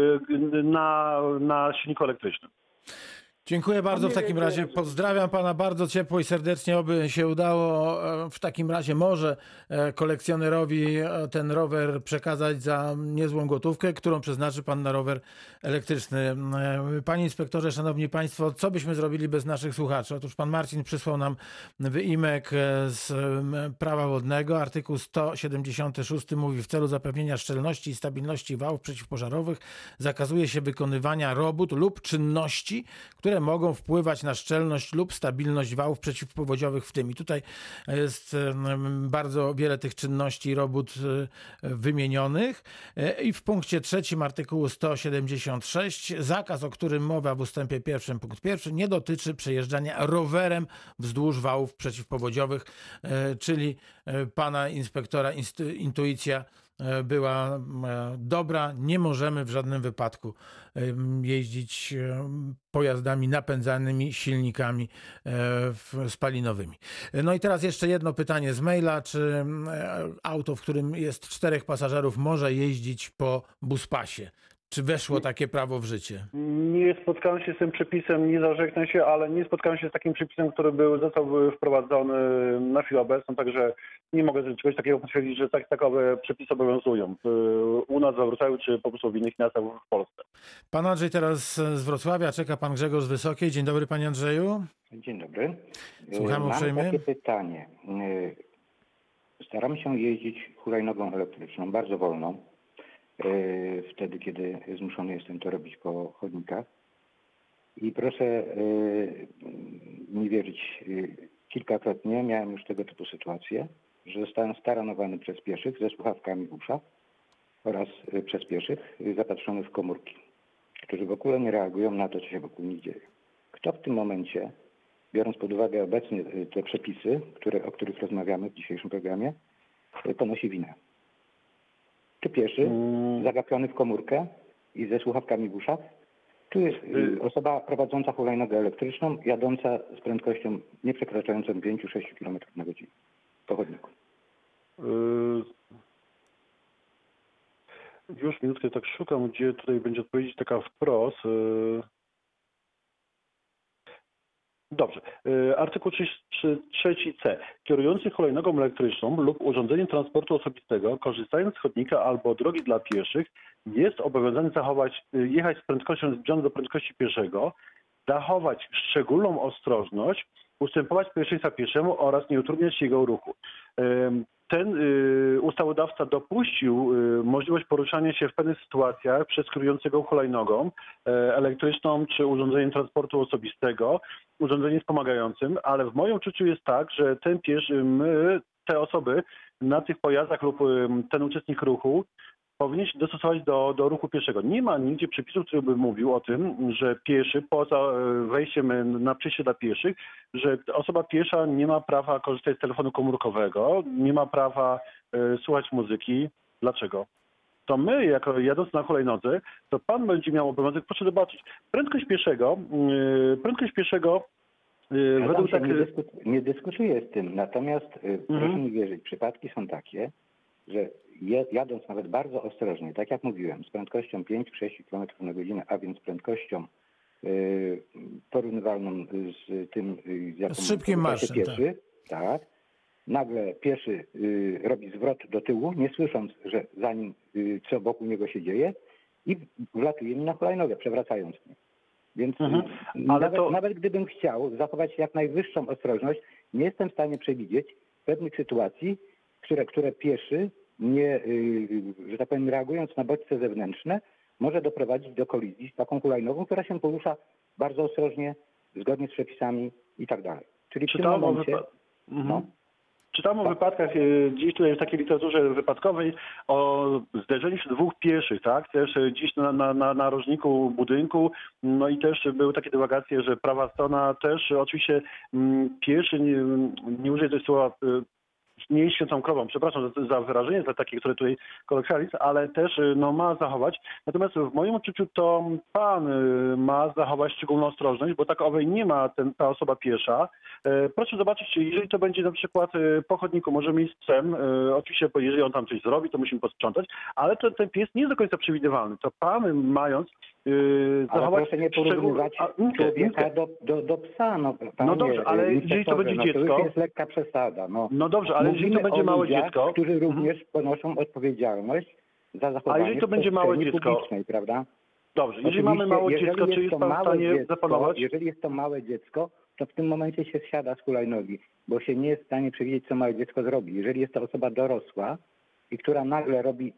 na, na silniku elektrycznym. Dziękuję bardzo w takim razie. Pozdrawiam pana bardzo ciepło i serdecznie, oby się udało e, w takim razie może e, kolekcjonerowi e, ten rower przekazać za niezłą gotówkę, którą przeznaczy pan na rower elektryczny. E, Panie inspektorze, szanowni państwo, co byśmy zrobili bez naszych słuchaczy? Otóż pan Marcin przysłał nam wyimek e, z m, prawa wodnego. Artykuł sto siedemdziesiąty szósty mówi: w celu zapewnienia szczelności i stabilności wałów przeciwpożarowych zakazuje się wykonywania robót lub czynności, które mogą wpływać na szczelność lub stabilność wałów przeciwpowodziowych w tym. I tutaj jest em, bardzo wiele tych czynności i robót e, wymienionych. E, I w punkcie trzecim artykułu sto siedemdziesiąt sześć zakaz, o którym mowa w ustępie pierwszym, punkt pierwszy, nie dotyczy przejeżdżania rowerem wzdłuż wałów przeciwpowodziowych, e, czyli e, pana inspektora instu- intuicja e, była e, dobra. Nie możemy w żadnym wypadku em, jeździć em, pojazdami napędzanymi silnikami e, w- spalinowymi. No i teraz jeszcze jedno pytanie z maila. Czy em, e, auto, w którym jest czterech pasażerów, może jeździć po buspasie? Czy weszło takie prawo w życie? Nie spotkałem się z tym przepisem, nie zarzeknę się, ale nie spotkałem się z takim przepisem, który był, został wprowadzony na chwilę obecną, także nie mogę czegoś takiego potwierdzić, że tak, takowe przepisy obowiązują w- u nas we Wrocławiu, czy po prostu w innych miastach w Polsce. Pan Andrzej teraz z Wrocławia, czeka pan Grzegorz z Wysokiej. Dzień dobry, panie Andrzeju. Dzień dobry. Słuchamy Mam uprzejmie. takie pytanie. Y, Staram się jeździć hulajnogą elektryczną, bardzo wolną, y, wtedy kiedy zmuszony jestem to robić po chodnikach. I proszę y, mi wierzyć, y, kilkakrotnie miałem już tego typu sytuacje, że zostałem staranowany przez pieszych ze słuchawkami w uszach oraz y, przez pieszych y, zapatrzony w komórki, którzy w ogóle nie reagują na to, co się wokół nich dzieje. Kto w tym momencie, biorąc pod uwagę obecnie y, te przepisy, które, o których rozmawiamy w dzisiejszym programie, y, ponosi winę? Czy pieszy, Mm. zagapiony w komórkę i ze słuchawkami w uszach? Tu jest y, osoba prowadząca hulajnogę elektryczną, jadąca z prędkością nie przekraczającą pięć do sześciu kilometrów na godzinę po chodniku. Yy, Już minutkę tak szukam, gdzie tutaj będzie odpowiedź taka wprost. Yy. Dobrze. Yy, Artykuł trzydzieści C. Kierujący hulajnogą elektryczną lub urządzeniem transportu osobistego, korzystając z chodnika albo drogi dla pieszych, jest obowiązany zachować, yy, jechać z prędkością zbliżoną do prędkości pieszego, zachować szczególną ostrożność, ustępować pierwszeństwa pieszemu oraz nie utrudniać jego ruchu. Yy, Ten y, ustawodawca dopuścił y, możliwość poruszania się w pewnych sytuacjach przez kierującego hulajnogą y, elektryczną czy urządzeniem transportu osobistego, urządzeniem wspomagającym, ale w moim odczuciu jest tak, że ten pieszy, my, te osoby na tych pojazdach lub y, ten uczestnik ruchu powinien się dostosować do, do ruchu pieszego. Nie ma nigdzie przepisu, który by mówił o tym, że pieszy poza wejściem na przejście dla pieszych, że osoba piesza nie ma prawa korzystać z telefonu komórkowego, nie ma prawa y, słuchać muzyki. Dlaczego? To my, jako jadąc na hulajnodze, to pan będzie miał obowiązek, proszę zobaczyć, prędkość pieszego, y, prędkość pieszego y, Ja według się tak... nie, dysku, nie dyskutuję z tym, natomiast y, Mhm. proszę mi wierzyć, przypadki są takie, że je, jadąc nawet bardzo ostrożnie, tak jak mówiłem, z prędkością pięć do sześciu kilometrów na godzinę, a więc prędkością y, porównywalną z tym, y, z jaką Z szybkim porusza się marszem, pieszy, tak. Nagle pieszy y, robi zwrot do tyłu, nie słysząc, że za nim y, co wokół niego się dzieje i wlatuje mi na hulajnogę, przewracając mnie. Więc Mhm. y, Ale nawet, to- nawet gdybym chciał zachować jak najwyższą ostrożność, nie jestem w stanie przewidzieć pewnych sytuacji, które, które pieszy, nie, y, że tak powiem, reagując na bodźce zewnętrzne, może doprowadzić do kolizji z taką hulajnogą, która się porusza bardzo ostrożnie, zgodnie z przepisami i tak dalej. Czyli w tym Czytałem o, momencie... wypa- mhm. no, Czytałem o wypadkach y, dziś tutaj w takiej literaturze wypadkowej o zderzeniu się dwóch pieszych, tak? Też y, dziś na, na, na narożniku budynku, no i też były takie dywagacje, że prawa strona też y, oczywiście mm, pieszy, nie, nie użyję tego słowa, y, nie jest świętą krową, przepraszam za, za wyrażenie, za takie, które tutaj kolokwializm, ale też y, no, ma zachować. Natomiast w moim odczuciu to pan y, ma zachować szczególną ostrożność, bo tak owej nie ma ten, ta osoba piesza. E, Proszę zobaczyć, jeżeli to będzie na przykład e, po chodniku, możemy iść z psem, e, oczywiście, bo jeżeli on tam coś zrobi, to musimy posprzątać, ale to, ten pies nie jest do końca przewidywalny. To pan mając e, ale zachować... proszę nie szczegół- porównywać A, nie, człowieka nie. do, do, do psa. No, panie, No dobrze, ale y, jeżeli to będzie inspektorze, no, dziecko- To już jest lekka przesada. No. No dobrze, ale jeżeli to Mówimy będzie o małe ludziach, dziecko... którzy również ponoszą odpowiedzialność za zachowanie jeżeli to w będzie małe przestrzeni dziecko- publicznej, prawda? Dobrze, jeżeli Oczywiście, mamy małe jeżeli dziecko, czy jest to pan w małe stanie dziecko, zapanować? Jeżeli jest to małe dziecko, to w tym momencie się zsiada z hulajnogi, bo się nie jest w stanie przewidzieć, co małe dziecko zrobi. Jeżeli jest to osoba dorosła i która nagle robi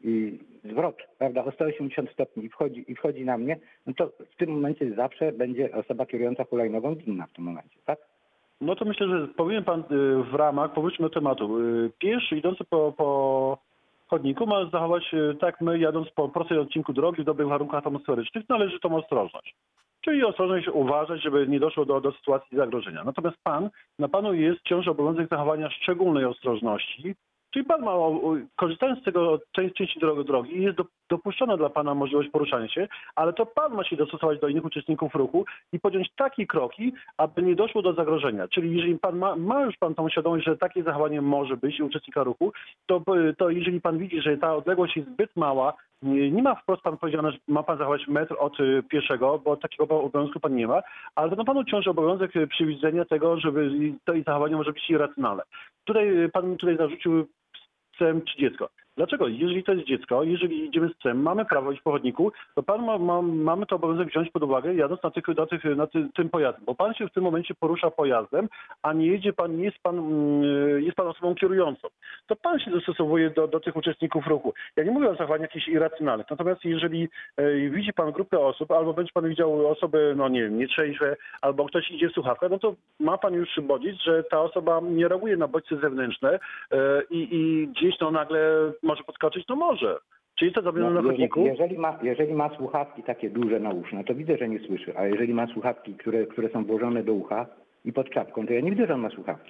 i zwrot, prawda, o sto osiemdziesiąt stopni i wchodzi, i wchodzi na mnie, no to w tym momencie zawsze będzie osoba kierująca hulajnogą winna w tym momencie, tak? No to myślę, że powinien pan y, w ramach, powróćmy do tematu, y, pieszy idący po, po chodniku ma zachować, y, tak my jadąc po prostej odcinku drogi w dobrych warunkach atmosferycznych, należytą ostrożność. Czyli ostrożność uważać, żeby nie doszło do, do sytuacji zagrożenia. Natomiast pan, na panu jest wciąż obowiązek zachowania szczególnej ostrożności, czyli pan ma, o, o, korzystając z tego części, części drogi, drogi, jest do, dopuszczona dla pana możliwość poruszania się, ale to pan ma się dostosować do innych uczestników ruchu i podjąć takie kroki, aby nie doszło do zagrożenia. Czyli jeżeli pan ma, ma już pan tą świadomość, że takie zachowanie może być u uczestnika ruchu, to, to jeżeli pan widzi, że ta odległość jest zbyt mała, nie, nie ma wprost pan powiedziane, że ma pan zachować metr od y, pieszego, bo takiego obowiązku pan nie ma, ale to na panu ciąży obowiązek y, przewidzenia tego, żeby to i zachowanie może być irracjonalne. Tutaj y, pan mi tutaj zarzucił psem czy dziecko. Dlaczego? Jeżeli to jest dziecko, jeżeli idziemy z psem, mamy prawo iść po chodniku, to pan ma, ma, mamy to obowiązek wziąć pod uwagę, jadąc na, tych, na, tych, na ty, tym pojazdem. Bo pan się w tym momencie porusza pojazdem, a nie jedzie pan, nie jest pan, jest pan osobą kierującą. To pan się dostosowuje do, do tych uczestników ruchu. Ja nie mówię o zachowaniu jakichś irracjonalnych. Natomiast jeżeli e, widzi pan grupę osób, albo będzie pan widział osoby, no nie wiem, nietrzeźwe, albo ktoś idzie w słuchawkach, no to ma pan już bodzić, że ta osoba nie reaguje na bodźce zewnętrzne e, i, i gdzieś no nagle może podskoczyć, no może. Czy jest to zrobione No, na chodniku? jeżeli, jeżeli, ma, jeżeli ma słuchawki takie duże na uszy, no to widzę, że nie słyszy, a jeżeli ma słuchawki, które, które są włożone do ucha i pod czapką, to ja nie widzę, że on ma słuchawki.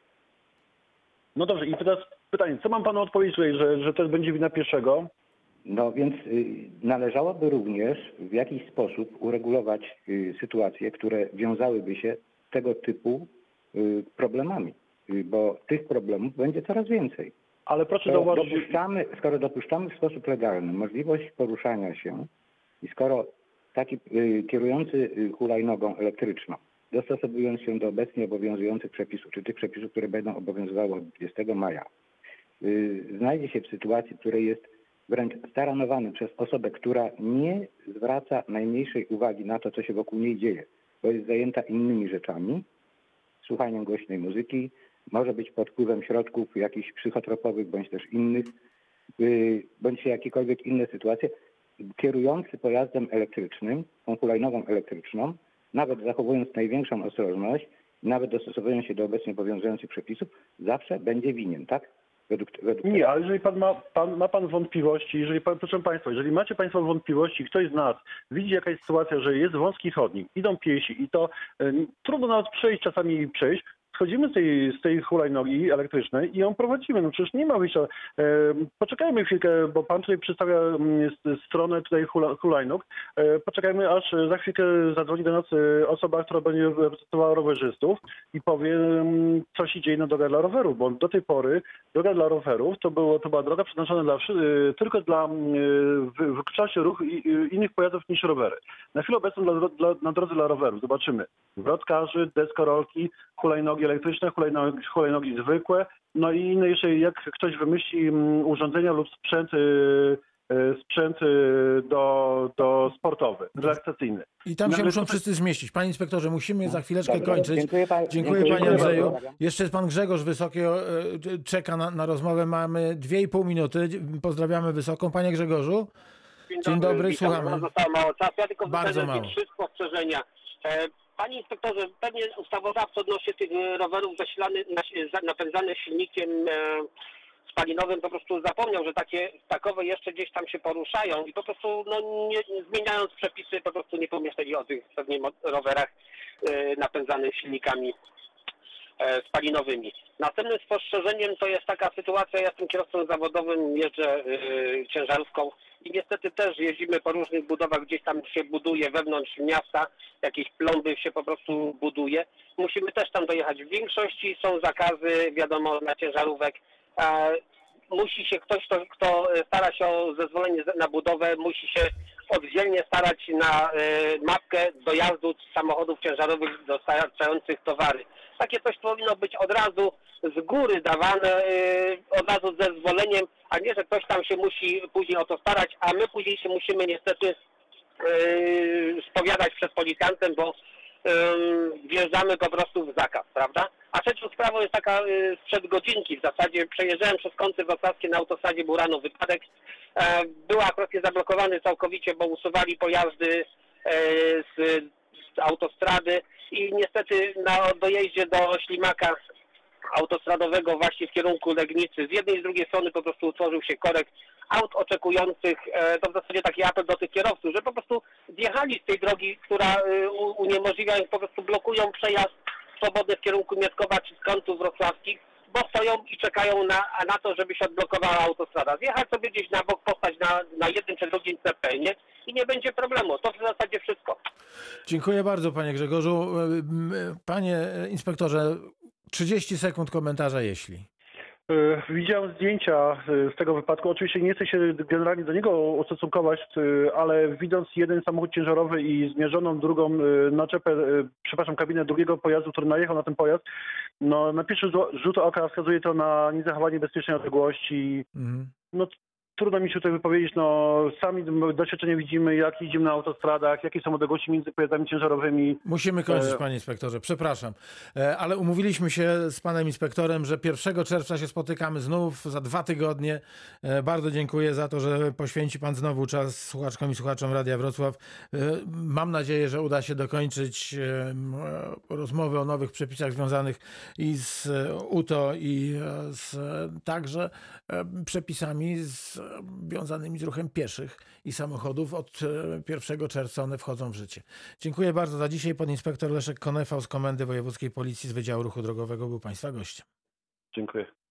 No dobrze, i teraz pytanie, co mam panu odpowiedzieć tutaj, że, że to będzie wina pieszego? No więc y, należałoby również w jakiś sposób uregulować y, sytuacje, które wiązałyby się z tego typu y, problemami, y, bo tych problemów będzie coraz więcej. Ale proszę Skoro zauważyć... dopuszczamy, skoro dopuszczamy w sposób legalny możliwość poruszania się i skoro taki y, kierujący y, hulajnogą elektryczną, dostosowując się do obecnie obowiązujących przepisów, czy tych przepisów, które będą obowiązywały od dwudziestego maja, y, znajdzie się w sytuacji, w której jest wręcz staranowany przez osobę, która nie zwraca najmniejszej uwagi na to, co się wokół niej dzieje, bo jest zajęta innymi rzeczami, słuchaniem głośnej muzyki, może być pod wpływem środków jakichś psychotropowych bądź też innych, yy, bądź jakiekolwiek inne sytuacje. Kierujący pojazdem elektrycznym, tą hulajnogą elektryczną, nawet zachowując największą ostrożność, nawet dostosowując się do obecnie obowiązujących przepisów, zawsze będzie winien, tak? Według, według Nie, ale jeżeli pan ma, pan, ma pan wątpliwości, jeżeli pan, proszę państwa, jeżeli macie państwo wątpliwości, ktoś z nas widzi jakaś sytuacja, że jest wąski chodnik, idą piesi i to y, trudno nawet przejść, czasami przejść, schodzimy z tej, z tej hulajnogi elektrycznej i ją prowadzimy. No przecież nie ma wyjścia. E, poczekajmy chwilkę, bo pan tutaj przedstawia m, stronę tutaj hula, hulajnóg. E, poczekajmy, aż za chwilkę zadzwoni do nas e, osoba, która będzie reprezentowała rowerzystów i powie, m, co się dzieje na drogach dla rowerów, bo do tej pory droga dla rowerów to, było, to była droga przeznaczona dla, e, tylko dla e, wykluczania się ruchu i, e, innych pojazdów niż rowery. Na chwilę obecną dla, dla, na drodze dla rowerów zobaczymy wrotkarzy, deskorolki, hulajnogi elektryczne, hulajnogi, hulajnogi zwykłe, no i inne jeszcze, jak ktoś wymyśli um, urządzenia lub sprzęt, y, y, sprzęt y, do, do sportowy, relaksacyjny. I tam się Nagle muszą tutaj... wszyscy zmieścić. Panie inspektorze, musimy za chwileczkę Dobra, kończyć. Dziękuję, pa, dziękuję, dziękuję panie Andrzeju. bardzo. Jeszcze jest pan Grzegorz Wysoki, e, czeka na, na rozmowę. Mamy dwie i pół minuty. Pozdrawiamy Wysoką. Panie Grzegorzu. Dzień, Dzień dobry, dobry słuchamy. Zostało mało czasu. Ja tylko Bardzo mało. trzy spostrzeżenia. Panie inspektorze, pewnie ustawodawca odnośnie tych rowerów zasilany, napędzanych silnikiem spalinowym po prostu zapomniał, że takie takowe jeszcze gdzieś tam się poruszają i po prostu no, nie, zmieniając przepisy po prostu nie pomyśleli o tych pewnie rowerach napędzanych silnikami spalinowymi. Następnym spostrzeżeniem to jest taka sytuacja, ja jestem kierowcą zawodowym, jeżdżę yy, ciężarówką i niestety też jeździmy po różnych budowach, gdzieś tam się buduje wewnątrz miasta, jakieś plomby się po prostu buduje. Musimy też tam dojechać. W większości są zakazy, wiadomo, na ciężarówek. E, musi się ktoś, kto, kto stara się o zezwolenie na budowę, musi się oddzielnie starać na y, mapkę dojazdu samochodów ciężarowych dostarczających towary. Takie coś powinno być od razu z góry dawane, y, od razu z zezwoleniem, a nie, że ktoś tam się musi później o to starać, a my później się musimy niestety y, spowiadać przed policjantem, bo y, wjeżdżamy po prostu w zakaz, prawda? A trzecią sprawą jest taka y, sprzed godzinki w zasadzie. Przejeżdżałem przez kąty wrocławskie na autostradzie, był rano wypadek. E, był akurat zablokowany całkowicie, bo usuwali pojazdy e, z, z autostrady i niestety na dojeździe do ślimaka autostradowego właśnie w kierunku Legnicy z jednej i z drugiej strony po prostu utworzył się korek aut oczekujących. E, to w zasadzie taki apel do tych kierowców, że po prostu zjechali z tej drogi, która y, uniemożliwia im, po prostu blokują przejazd swobodny w kierunku Mietkowa czy z kątów wrocławskich, bo stoją i czekają na, na to, żeby się odblokowała autostrada. Zjechać sobie gdzieś na bok, postać na, na jednym czy drugim C P, nie? I nie będzie problemu. To w zasadzie wszystko. Dziękuję bardzo, panie Grzegorzu. Panie inspektorze, trzydzieści sekund komentarza, jeśli. Widziałem zdjęcia z tego wypadku. Oczywiście nie chcę się generalnie do niego ustosunkować, ale widząc jeden samochód ciężarowy i zmierzoną drugą naczepę, przepraszam, kabinę drugiego pojazdu, który najechał na ten pojazd, no na pierwszy rzut oka wskazuje to na niezachowanie bezpiecznej odległości. Mhm. No trudno mi się tutaj wypowiedzieć, no sami doświadczenie widzimy, jak jedziemy na autostradach, jakie są odległości między pojazdami ciężarowymi. Musimy kończyć, E, panie inspektorze, przepraszam. E, Ale umówiliśmy się z panem inspektorem, że pierwszego czerwca się spotykamy znów, za dwa tygodnie. E, Bardzo dziękuję za to, że poświęci pan znowu czas słuchaczkom i słuchaczom Radia Wrocław. E, Mam nadzieję, że uda się dokończyć e, m, e, rozmowy o nowych przepisach związanych i z e, U T O, i e, z e, także e, przepisami z związanymi z ruchem pieszych i samochodów. Od e, pierwszego czerwca one wchodzą w życie. Dziękuję bardzo za dzisiaj. Podinspektor Leszek Konefał z Komendy Wojewódzkiej Policji z Wydziału Ruchu Drogowego był państwa gościem. Dziękuję.